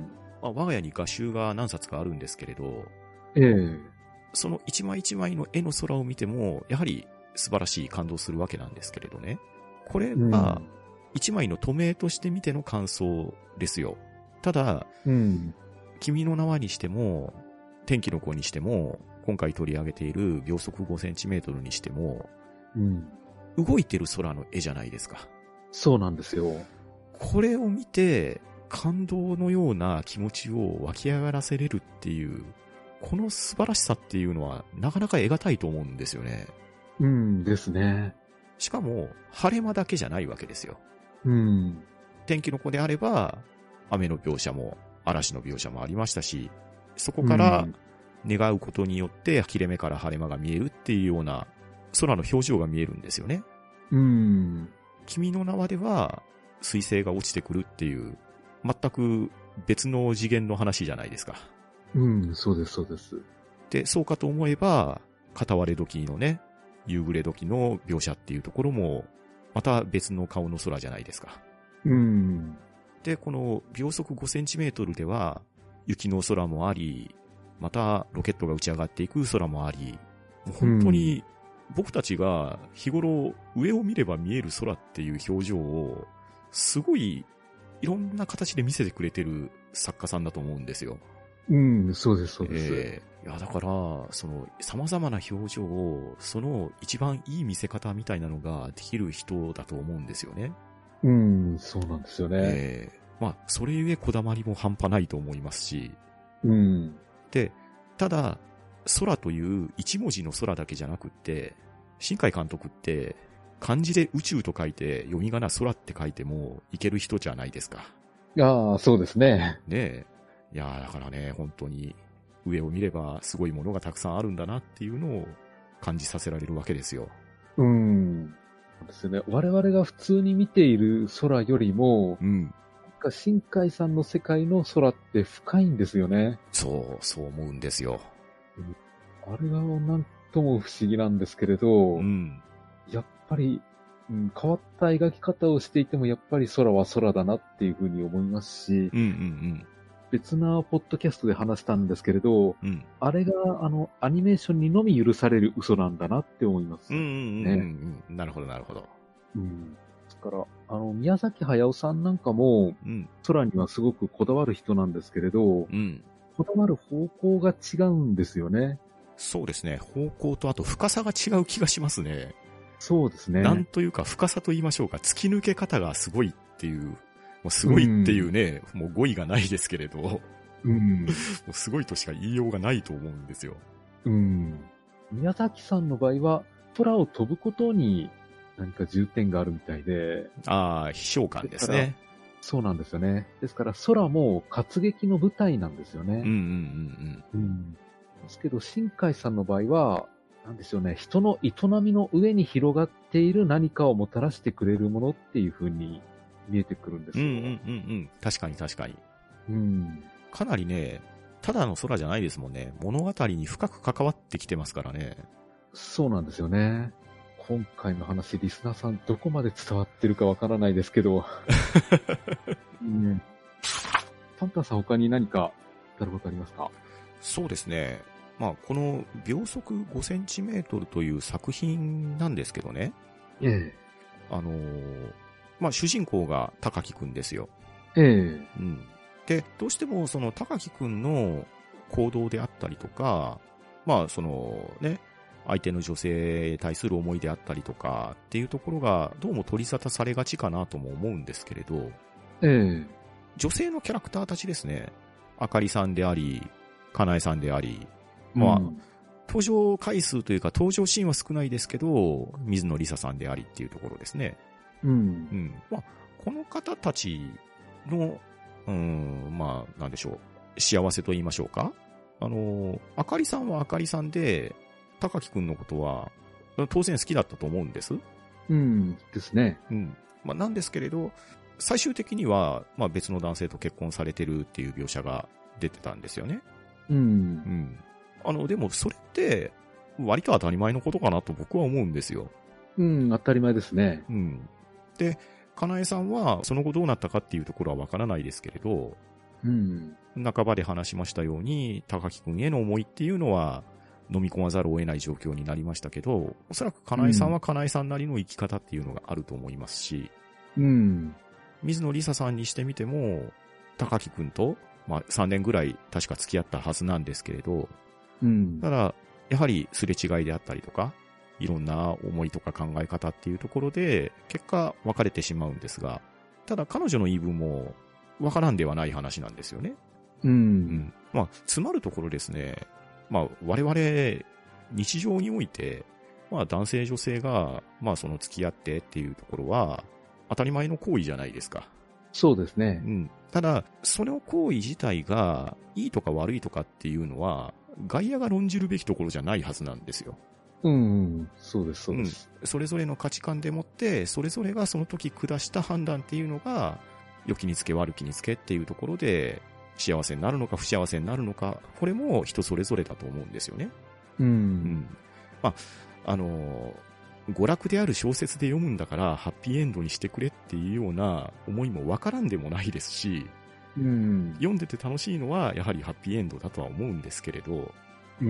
まあ、我が家に画集が何冊かあるんですけれど、 ええ。 その一枚一枚の絵の空を見ても、やはり素晴らしい感動するわけなんですけれどね。これは、一枚の透明として見ての感想ですよ。ただ、 うん。 君の名はにしても、天気の子にしても、今回取り上げている秒速ごセンチメートルにしても、 うん。 動いてる空の絵じゃないですか。 そうなんですよ。 これを見て、感動のような気持ちを湧き上がらせれるっていう、この素晴らしさっていうのはなかなか得難いと思うんですよね。 うんですね。 しかも、晴れ間だけじゃないわけですよ。 うん。 天気の子であれば、雨の描写も、嵐の描写もありましたし、そこから願うことによって切れ目から晴れ間が見えるっていうような空の表情が見えるんですよね。 うん。 君の名はでは彗星が落ちてくるっていう全く別の次元の話じゃないですか。 うん、そうですそうです。 で、そうかと思えば片割れ時のね、夕暮れ時の描写っていうところもまた別の顔の空じゃないですか。 うん。 で、この秒速ごセンチメートルでは雪の空もあり、またロケットが打ち上がっていく空もあり、もう本当に僕たちが日頃上を見れば見える空っていう表情をすごいいろんな形で見せてくれてる作家さんだと思うんですよ。 うん、そうですそうです。 えー、いやだからその様々な表情をその一番いい見せ方みたいなのができる人だと思うんですよね。 うん、そうなんですよね。 えー、まあそれゆえこだわりも半端ないと思いますし、 うん。 で、ただ空という一文字の空だけじゃなくって、新海監督って漢字で宇宙と書いて読み仮名空って書いてもいける人じゃないですか。 ああ、そうですね。 ねえ。いやーだからね、本当に上を見ればすごいものがたくさんあるんだなっていうのを感じさせられるわけですよ。 うん。そうですよね。我々が普通に見ている空よりも、 うん。 なんか新海さんの世界の空って深いんですよね。 そう、そう思うんですよ。 あれがなんとも不思議なんですけれど、 うん。 やっぱり、うん、変わった描き方をしていてもやっぱり空は空だなっていうふうに思いますし、 うんうんうん。 別なポッドキャストで話したんですけれど、 うん。 あれがあのアニメーションにのみ許される嘘なんだなって思います。 うんうんうんうん、 ね。 なるほどなるほど。 うん。ですから、あの、宮崎駿さんなんかも、 うん。 空にはすごくこだわる人なんですけれど、 うん。 こだわる方向が違うんですよね。 そうですね。方向とあと深さが違う気がしますね。 そうですね。 なんというか深さと言いましょうか。突き抜け方がすごいっていう、もうすごいっていうね、うん、もう語彙がないですけれど、 うん、もうすごいとしか言いようがないと思うんですよ。 うん。宮崎さんの場合は、空を飛ぶことに何か重点があるみたいで。 ああ、飛翔感ですね。 そうなんですよね。ですから空も活劇の舞台なんですよね。 うんうんうんうん。 うんですけど、新海さんの場合は、なんでしょうね、人の営みの上に広がっている何かをもたらしてくれるものっていう風に見えてくるんですよ。 うんうんうんうん。確かに確かに。 うん。 かなりね、ただの空じゃないですもんね。物語に深く関わってきてますからね。 そうなんですよね。今回の話、リスナーさんどこまで伝わってるかわからないですけど。うん、パンタンさん他に何かやることありますか？ そうですね。まあ、この秒速ごセンチメートルという作品なんですけどね。 ええ。 あのー、まあ、主人公が高木くんですよ。 ええ。 うん。で、どうしてもその高木くんの行動であったりとか、まあ、そのね、相手の女性に対する思いであったりとかっていうところがどうも取り沙汰されがちかなとも思うんですけれど、 ええ。 女性のキャラクターたちですね。あかりさんであり、 かなえさんであり、まあ、 うん、 登場回数というか登場シーンは少ないですけど、水野梨沙さんでありっていうところですね。 うん。 うん。まあ、この方たちの、うん、まあ、なんでしょう。幸せと言いましょうか。あの、あかりさんはあかりさんで、高木くんのことは、当然好きだったと思うんです。 うん。ですね。 うん。まあ、なんですけれど、最終的には、まあ別の男性と結婚されてるっていう描写が出てたんですよね。 うん。 うん。あの、でもそれって、割と当たり前のことかなと僕は思うんですよ。 うん、当たり前ですね。 うん。で、かなえさんはその後どうなったかっていうところはわからないですけれど、 うん。 半ばで話しましたように、高木くんへの思いっていうのは飲み込まざるを得ない状況になりましたけど、おそらくかなえさんはかなえさんなりの生き方っていうのがあると思いますし、 うん。 水野梨沙さんにしてみても、高木くんと、まあさんねんぐらい確か付き合ったはずなんですけれど、 うん。 ただ、やはりすれ違いであったりとか、いろんな思いとか考え方っていうところで、結果別れてしまうんですが、ただ彼女の言い分もわからんではない話なんですよね。 ううん。 ん。 まあ、詰まるところですね。まあ、我々、日常において、まあ男性女性が、まあその付き合ってっていうところは、当たり前の行為じゃないですか。 そうですねう。ん。ただ、その行為自体が、いいとか悪いとかっていうのは、外野が論じるべきところじゃないはずなんですよ。 うん。そうです、そうです。 うん。それぞれの価値観でもって、それぞれがその時下した判断っていうのが、良きにつけ悪きにつけっていうところで、幸せになるのか不幸せになるのか、これも人それぞれだと思うんですよね。 う。 うんん。まあ、あのー娯楽である小説で読むんだからハッピーエンドにしてくれっていうような思いもわからんでもないですし、 うん。 読んでて楽しいのはやはりハッピーエンドだとは思うんですけれど、 うん。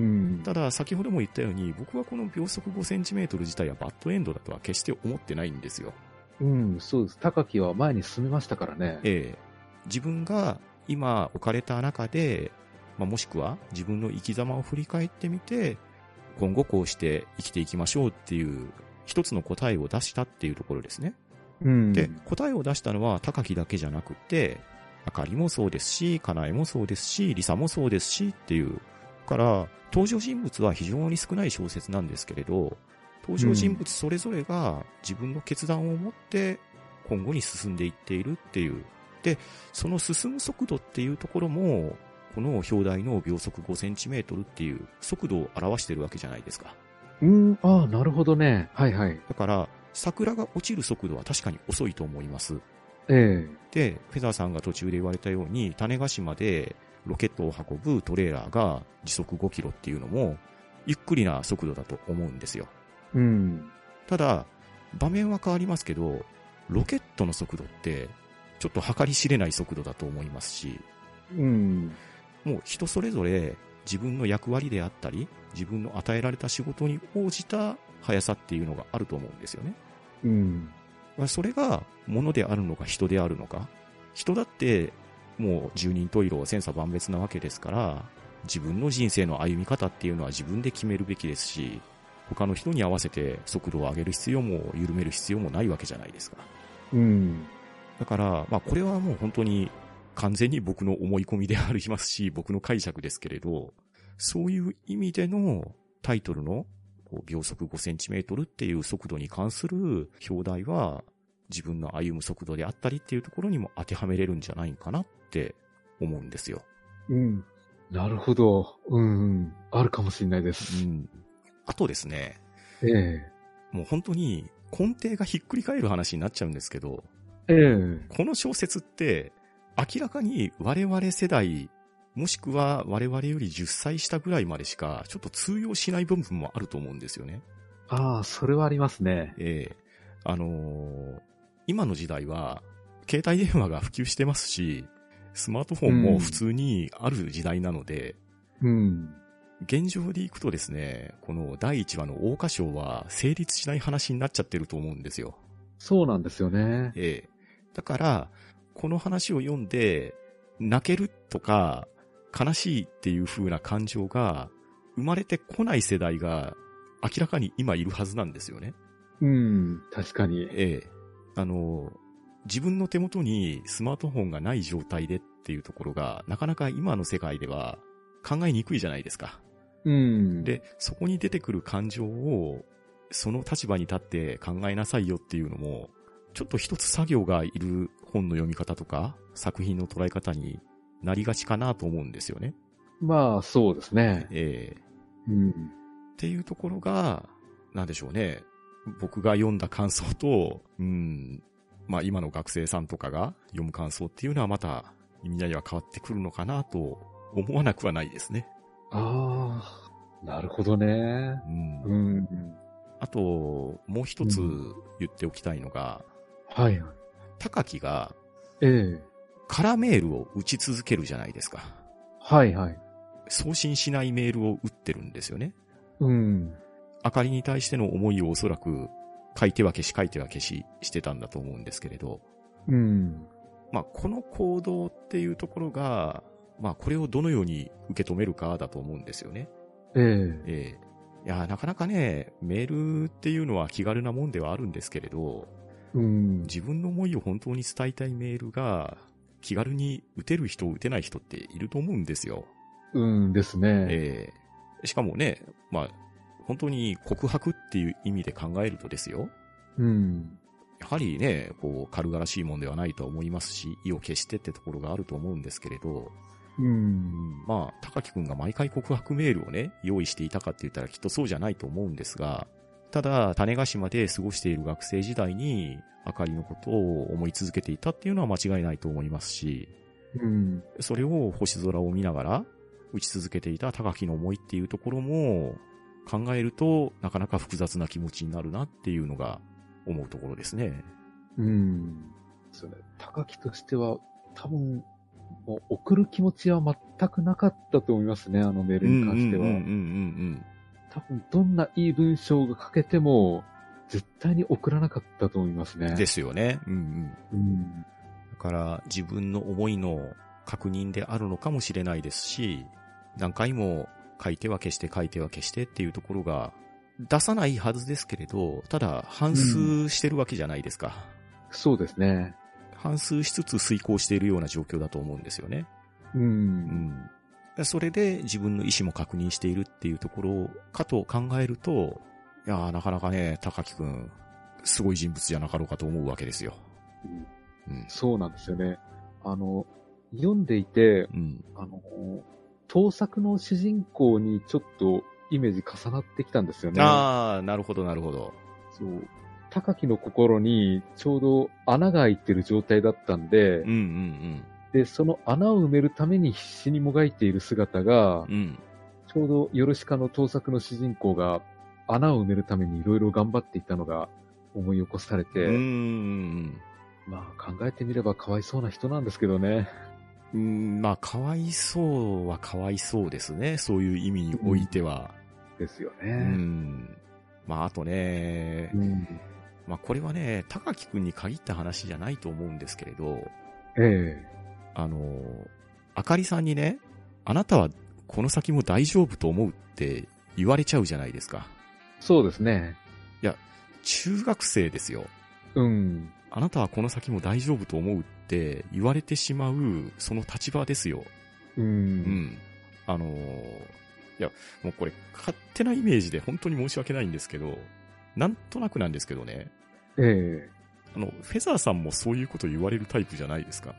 ただ先ほども言ったように僕はこの秒速ごセンチメートル自体はバッドエンドだとは決して思ってないんですよ。 うん、そうです。高木は前に進めましたからね。 ええ、自分が今置かれた中で、まあ、もしくは自分の生き様を振り返ってみて、今後こうして生きていきましょうっていう一つの答えを出したっていうところですね。 うん。 で、答えを出したのは高木だけじゃなくて、あかりもそうですし、かなえもそうですし、りさもそうですしっていう。から、登場人物は非常に少ない小説なんですけれど、登場人物それぞれが自分の決断を持って今後に進んでいっているっていう。で、その進む速度っていうところも、この表題の秒速ごセンチメートルっていう速度を表しているわけじゃないですか。 うん、ああ、なるほどね。はいはい。 だから、桜が落ちる速度は確かに遅いと思います。 ええ。 で、フェザーさんが途中で言われたように、種子島でロケットを運ぶトレーラーが時速ごキロっていうのも、ゆっくりな速度だと思うんですよ。 うん。 ただ、場面は変わりますけど、ロケットの速度って、ちょっと計り知れない速度だと思いますし、 うん。 もう人それぞれ自分の役割であったり、自分の与えられた仕事に応じた速さっていうのがあると思うんですよね。 うん。 それが物であるのか人であるのか。人だってもう十人十色千差万別なわけですから、自分の人生の歩み方っていうのは自分で決めるべきですし、他の人に合わせて速度を上げる必要も緩める必要もないわけじゃないですか。 うん。 だから、まあこれはもう本当に完全に僕の思い込みでありますし、僕の解釈ですけれど、そういう意味でのタイトルの秒速ごセンチメートルっていう速度に関する表題は自分の歩む速度であったりっていうところにも当てはめれるんじゃないかなって思うんですよ。 うん。なるほど。うん、うん。あるかもしれないです。 うん。あとですね。 ええ。 もう本当に根底がひっくり返る話になっちゃうんですけど、 ええ。 この小説って明らかに我々世代もしくは我々よりじゅっさい下ぐらいまでしかちょっと通用しない部分もあると思うんですよね。 ああ、それはありますね。 ええあのー、今の時代は携帯電話が普及してますし、スマートフォンも普通にある時代なので、 うん。 現状でいくとですね、このだいいちわの桜花賞は成立しない話になっちゃってると思うんですよ。 そうなんですよね。 ええだから、この話を読んで、泣けるとか、悲しいっていう風な感情が生まれてこない世代が明らかに今いるはずなんですよね。 うん、確かに。 ええ。あの、自分の手元にスマートフォンがない状態でっていうところがなかなか今の世界では考えにくいじゃないですか。 うん。 で、そこに出てくる感情を、その立場に立って考えなさいよっていうのも、ちょっと一つ作業がいる本の読み方とか、作品の捉え方になりがちかなと思うんですよね。 まあ、そうですね。 ええうん。 っていうところが、なんでしょうね。僕が読んだ感想と、うん、まあ今の学生さんとかが読む感想っていうのはまた意味合いは変わってくるのかなと思わなくはないですね。 ああ、なるほどね。 うん。 うん。 あと、もう一つ言っておきたいのが、 はいはい。 高木が、 ええ。 カラメールを打ち続けるじゃないですか。 はいはい。 送信しないメールを打ってるんですよね。 うん。 あかりに対しての思いをおそらく書いては消し書いては消ししてたんだと思うんですけれど。 うん。 まあこの行動っていうところが、まあこれをどのように受け止めるかだと思うんですよね。 ええ。 ええ。いや、なかなかね、メールっていうのは気軽なもんではあるんですけれど、 うん。 自分の思いを本当に伝えたいメールが気軽に打てる人、打てない人っていると思うんですよ。 うんですね。 ええ。しかもね、まあ、本当に告白っていう意味で考えるとですよ。 うん。 やはりね、こう、軽々しいもんではないと思いますし、意を決してってところがあると思うんですけれど、 う。 うんん、まあ、高木くんが毎回告白メールをね、用意していたかって言ったらきっとそうじゃないと思うんですが、ただ、種子島で過ごしている学生時代に、あかりのことを思い続けていたっていうのは間違いないと思いますし、 うん。 それを星空を見ながら打ち続けていた高木の思いっていうところも考えるとなかなか複雑な気持ちになるなっていうのが思うところですね。 うん。それ、高木としては多分、もう送る気持ちは全くなかったと思いますね、あのメールに関しては。 うんうんうんうんうん多分、どんないい文章が書けても、絶対に送らなかったと思いますね。 うん。ですよね。うんうん。 うん。 だから自分の思いの確認であるのかもしれないですし、何回も書いては消して書いては消してっていうところが出さないはずですけれど、ただ反数してるわけじゃないですか。 そうですね。 反数しつつ遂行しているような状況だと思うんですよね。 う。 うんん。それで自分の意思も確認しているっていうところかと考えると、いやーなかなかね、高木くん、すごい人物じゃなかろうかと思うわけですよ。 うんうん。 そうなんですよね。あの、読んでいて、 うん。 あの、盗作の主人公にちょっとイメージ重なってきたんですよね。 ああ、なるほどなるほど。 そう。高木の心にちょうど穴が開いてる状態だったんで、 うんうんで、その穴を埋めるために必死にもがいている姿が、 うん。うん。 ちょうどヨルシカの盗作の主人公が穴を埋めるためにいろいろ頑張っていたのが思い起こされて、 うーん。 まあ考えてみればかわいそうな人なんですけどね。 うーん、まあ、かわいそうはかわいそうですね。そういう意味においては。 ですようね。 ん。まあ、あとね、 うん。 まあ、これはね、高木くんに限った話じゃないと思うんですけれど、 ええ。 あの、あかりさんにね、あなたはこの先も大丈夫と思うって言われちゃうじゃないですか。 そうですね。 中学生ですよ。 うん。 あなたはこの先も大丈夫と思うって言われてしまう、その立場ですよ。 う。 うんん。あのー、いや、もうこれ勝手なイメージで本当に申し訳ないんですけど、なんとなくなんですけどね、 ええ。 あの、フェザーさんもそういうこと言われるタイプじゃないですか。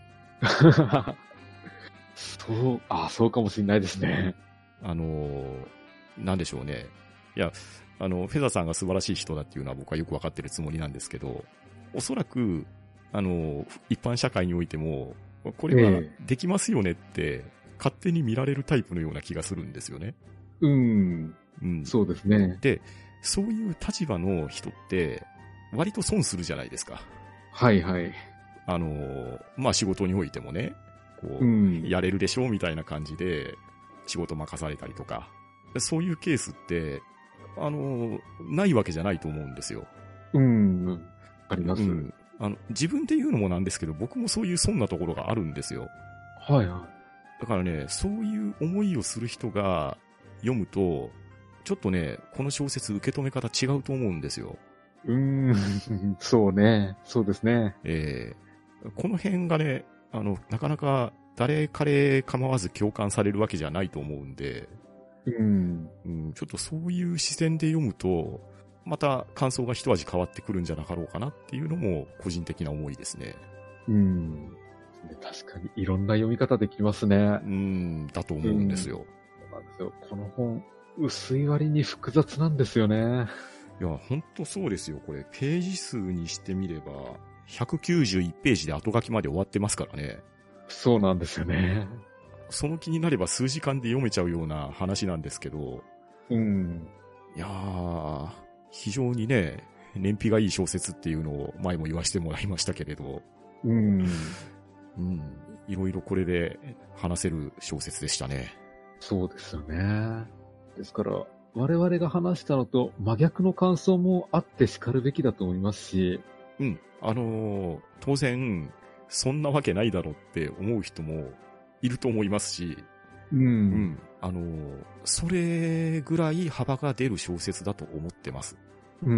そう、あ、そうかもしれないですね。 あのー、なんでしょうね。いや、あの、フェザーさんが素晴らしい人だっていうのは僕はよくわかってるつもりなんですけど、おそらく、あの、一般社会においても、これはできますよねって、勝手に見られるタイプのような気がするんですよね。 うん。 うん。 そうですね。 で、そういう立場の人って、割と損するじゃないですか。 はいはい。 あの、まあ、仕事においてもね、こう、 うん。 やれるでしょうみたいな感じで、仕事任されたりとか、そういうケースって、あの、ないわけじゃないと思うんですよ。 うん。わかります。 うん。あの、自分で言うのもなんですけど、僕もそういう損なところがあるんですよ。 はいはだからね、そういう思いをする人が読むと、ちょっとね、この小説受け止め方違うと思うんですよ。 い。うーん。そうね。そうですね。 えー、この辺がね、あの、なかなか誰彼構わず共感されるわけじゃないと思うんで、 うん。 うん、ちょっとそういう視線で読むと、また感想が一味変わってくるんじゃなかろうかなっていうのも個人的な思いですね。 うん。確かにいろんな読み方できますね。 うん、だと思うんですよ。 そうなんですよ。この本、薄い割に複雑なんですよね。 いや、ほんとそうですよ。これ、ページ数にしてみれば、ひゃくきゅうじゅういちページで後書きまで終わってますからね。 そうなんですよね。 その気になれば数時間で読めちゃうような話なんですけど、 うん。 いやー、非常にね、燃費がいい小説っていうのを前も言わせてもらいましたけれど、 うん。 うん、いろいろこれで話せる小説でしたね。 そうですよね。ですから、我々が話したのと真逆の感想もあって叱るべきだと思いますし、 うん、あのー、当然、そんなわけないだろうって思う人もいると思いますし、 うん。 うん、あのー、それぐらい幅が出る小説だと思ってます。 うん。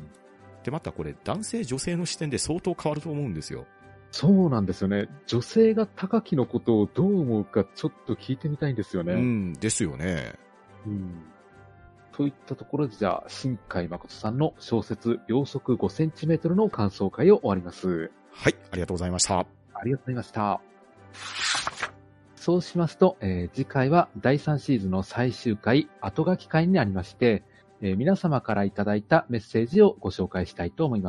で、またこれ男性女性の視点で相当変わると思うんですよ。 そうなんですよね。女性が高木のことをどう思うかちょっと聞いてみたいんですよね。 うん、ですよね。 うん。といったところで、じゃあ、新海誠さんの小説、秒速ごセンチメートルの感想会を終わります。 はい、ありがとうございました。 ありがとうございました。そうしますと、えー次回はだいさんシーズンの最終回、後書き会になりまして、えー皆様からいただいたメッセージをご紹介したいと思います。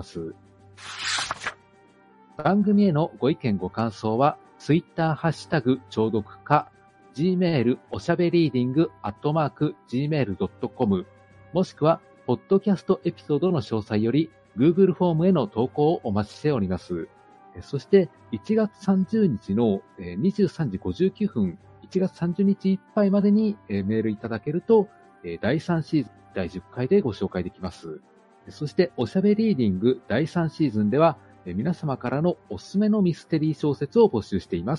番組へのご意見ご感想は、ツイッターハッシュタグ、聴読か、Gmail おしゃべりーディングアットマーク ジーメールドットコム もしくは、ポッドキャストエピソードの詳細より Google フォームへの投稿をお待ちしております。えそして、いちがつさんじゅうにちのえーにじゅうさんじごじゅうきゅうふん、いちがつさんじゅうにちいっぱいまでにえーメールいただけると、えーだいさんシーズンだいじゅっかいでご紹介できます。えそして、おしゃべりーディングだいさんシーズンでは、えー皆様からのおすすめのミステリー小説を募集しています。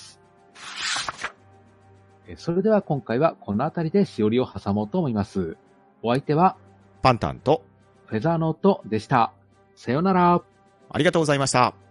えーそれでは今回はこのあたりでしおりを挟もうと思います。お相手はパンタンと、 フェザーノートでした。さようなら。 ありがとうございました。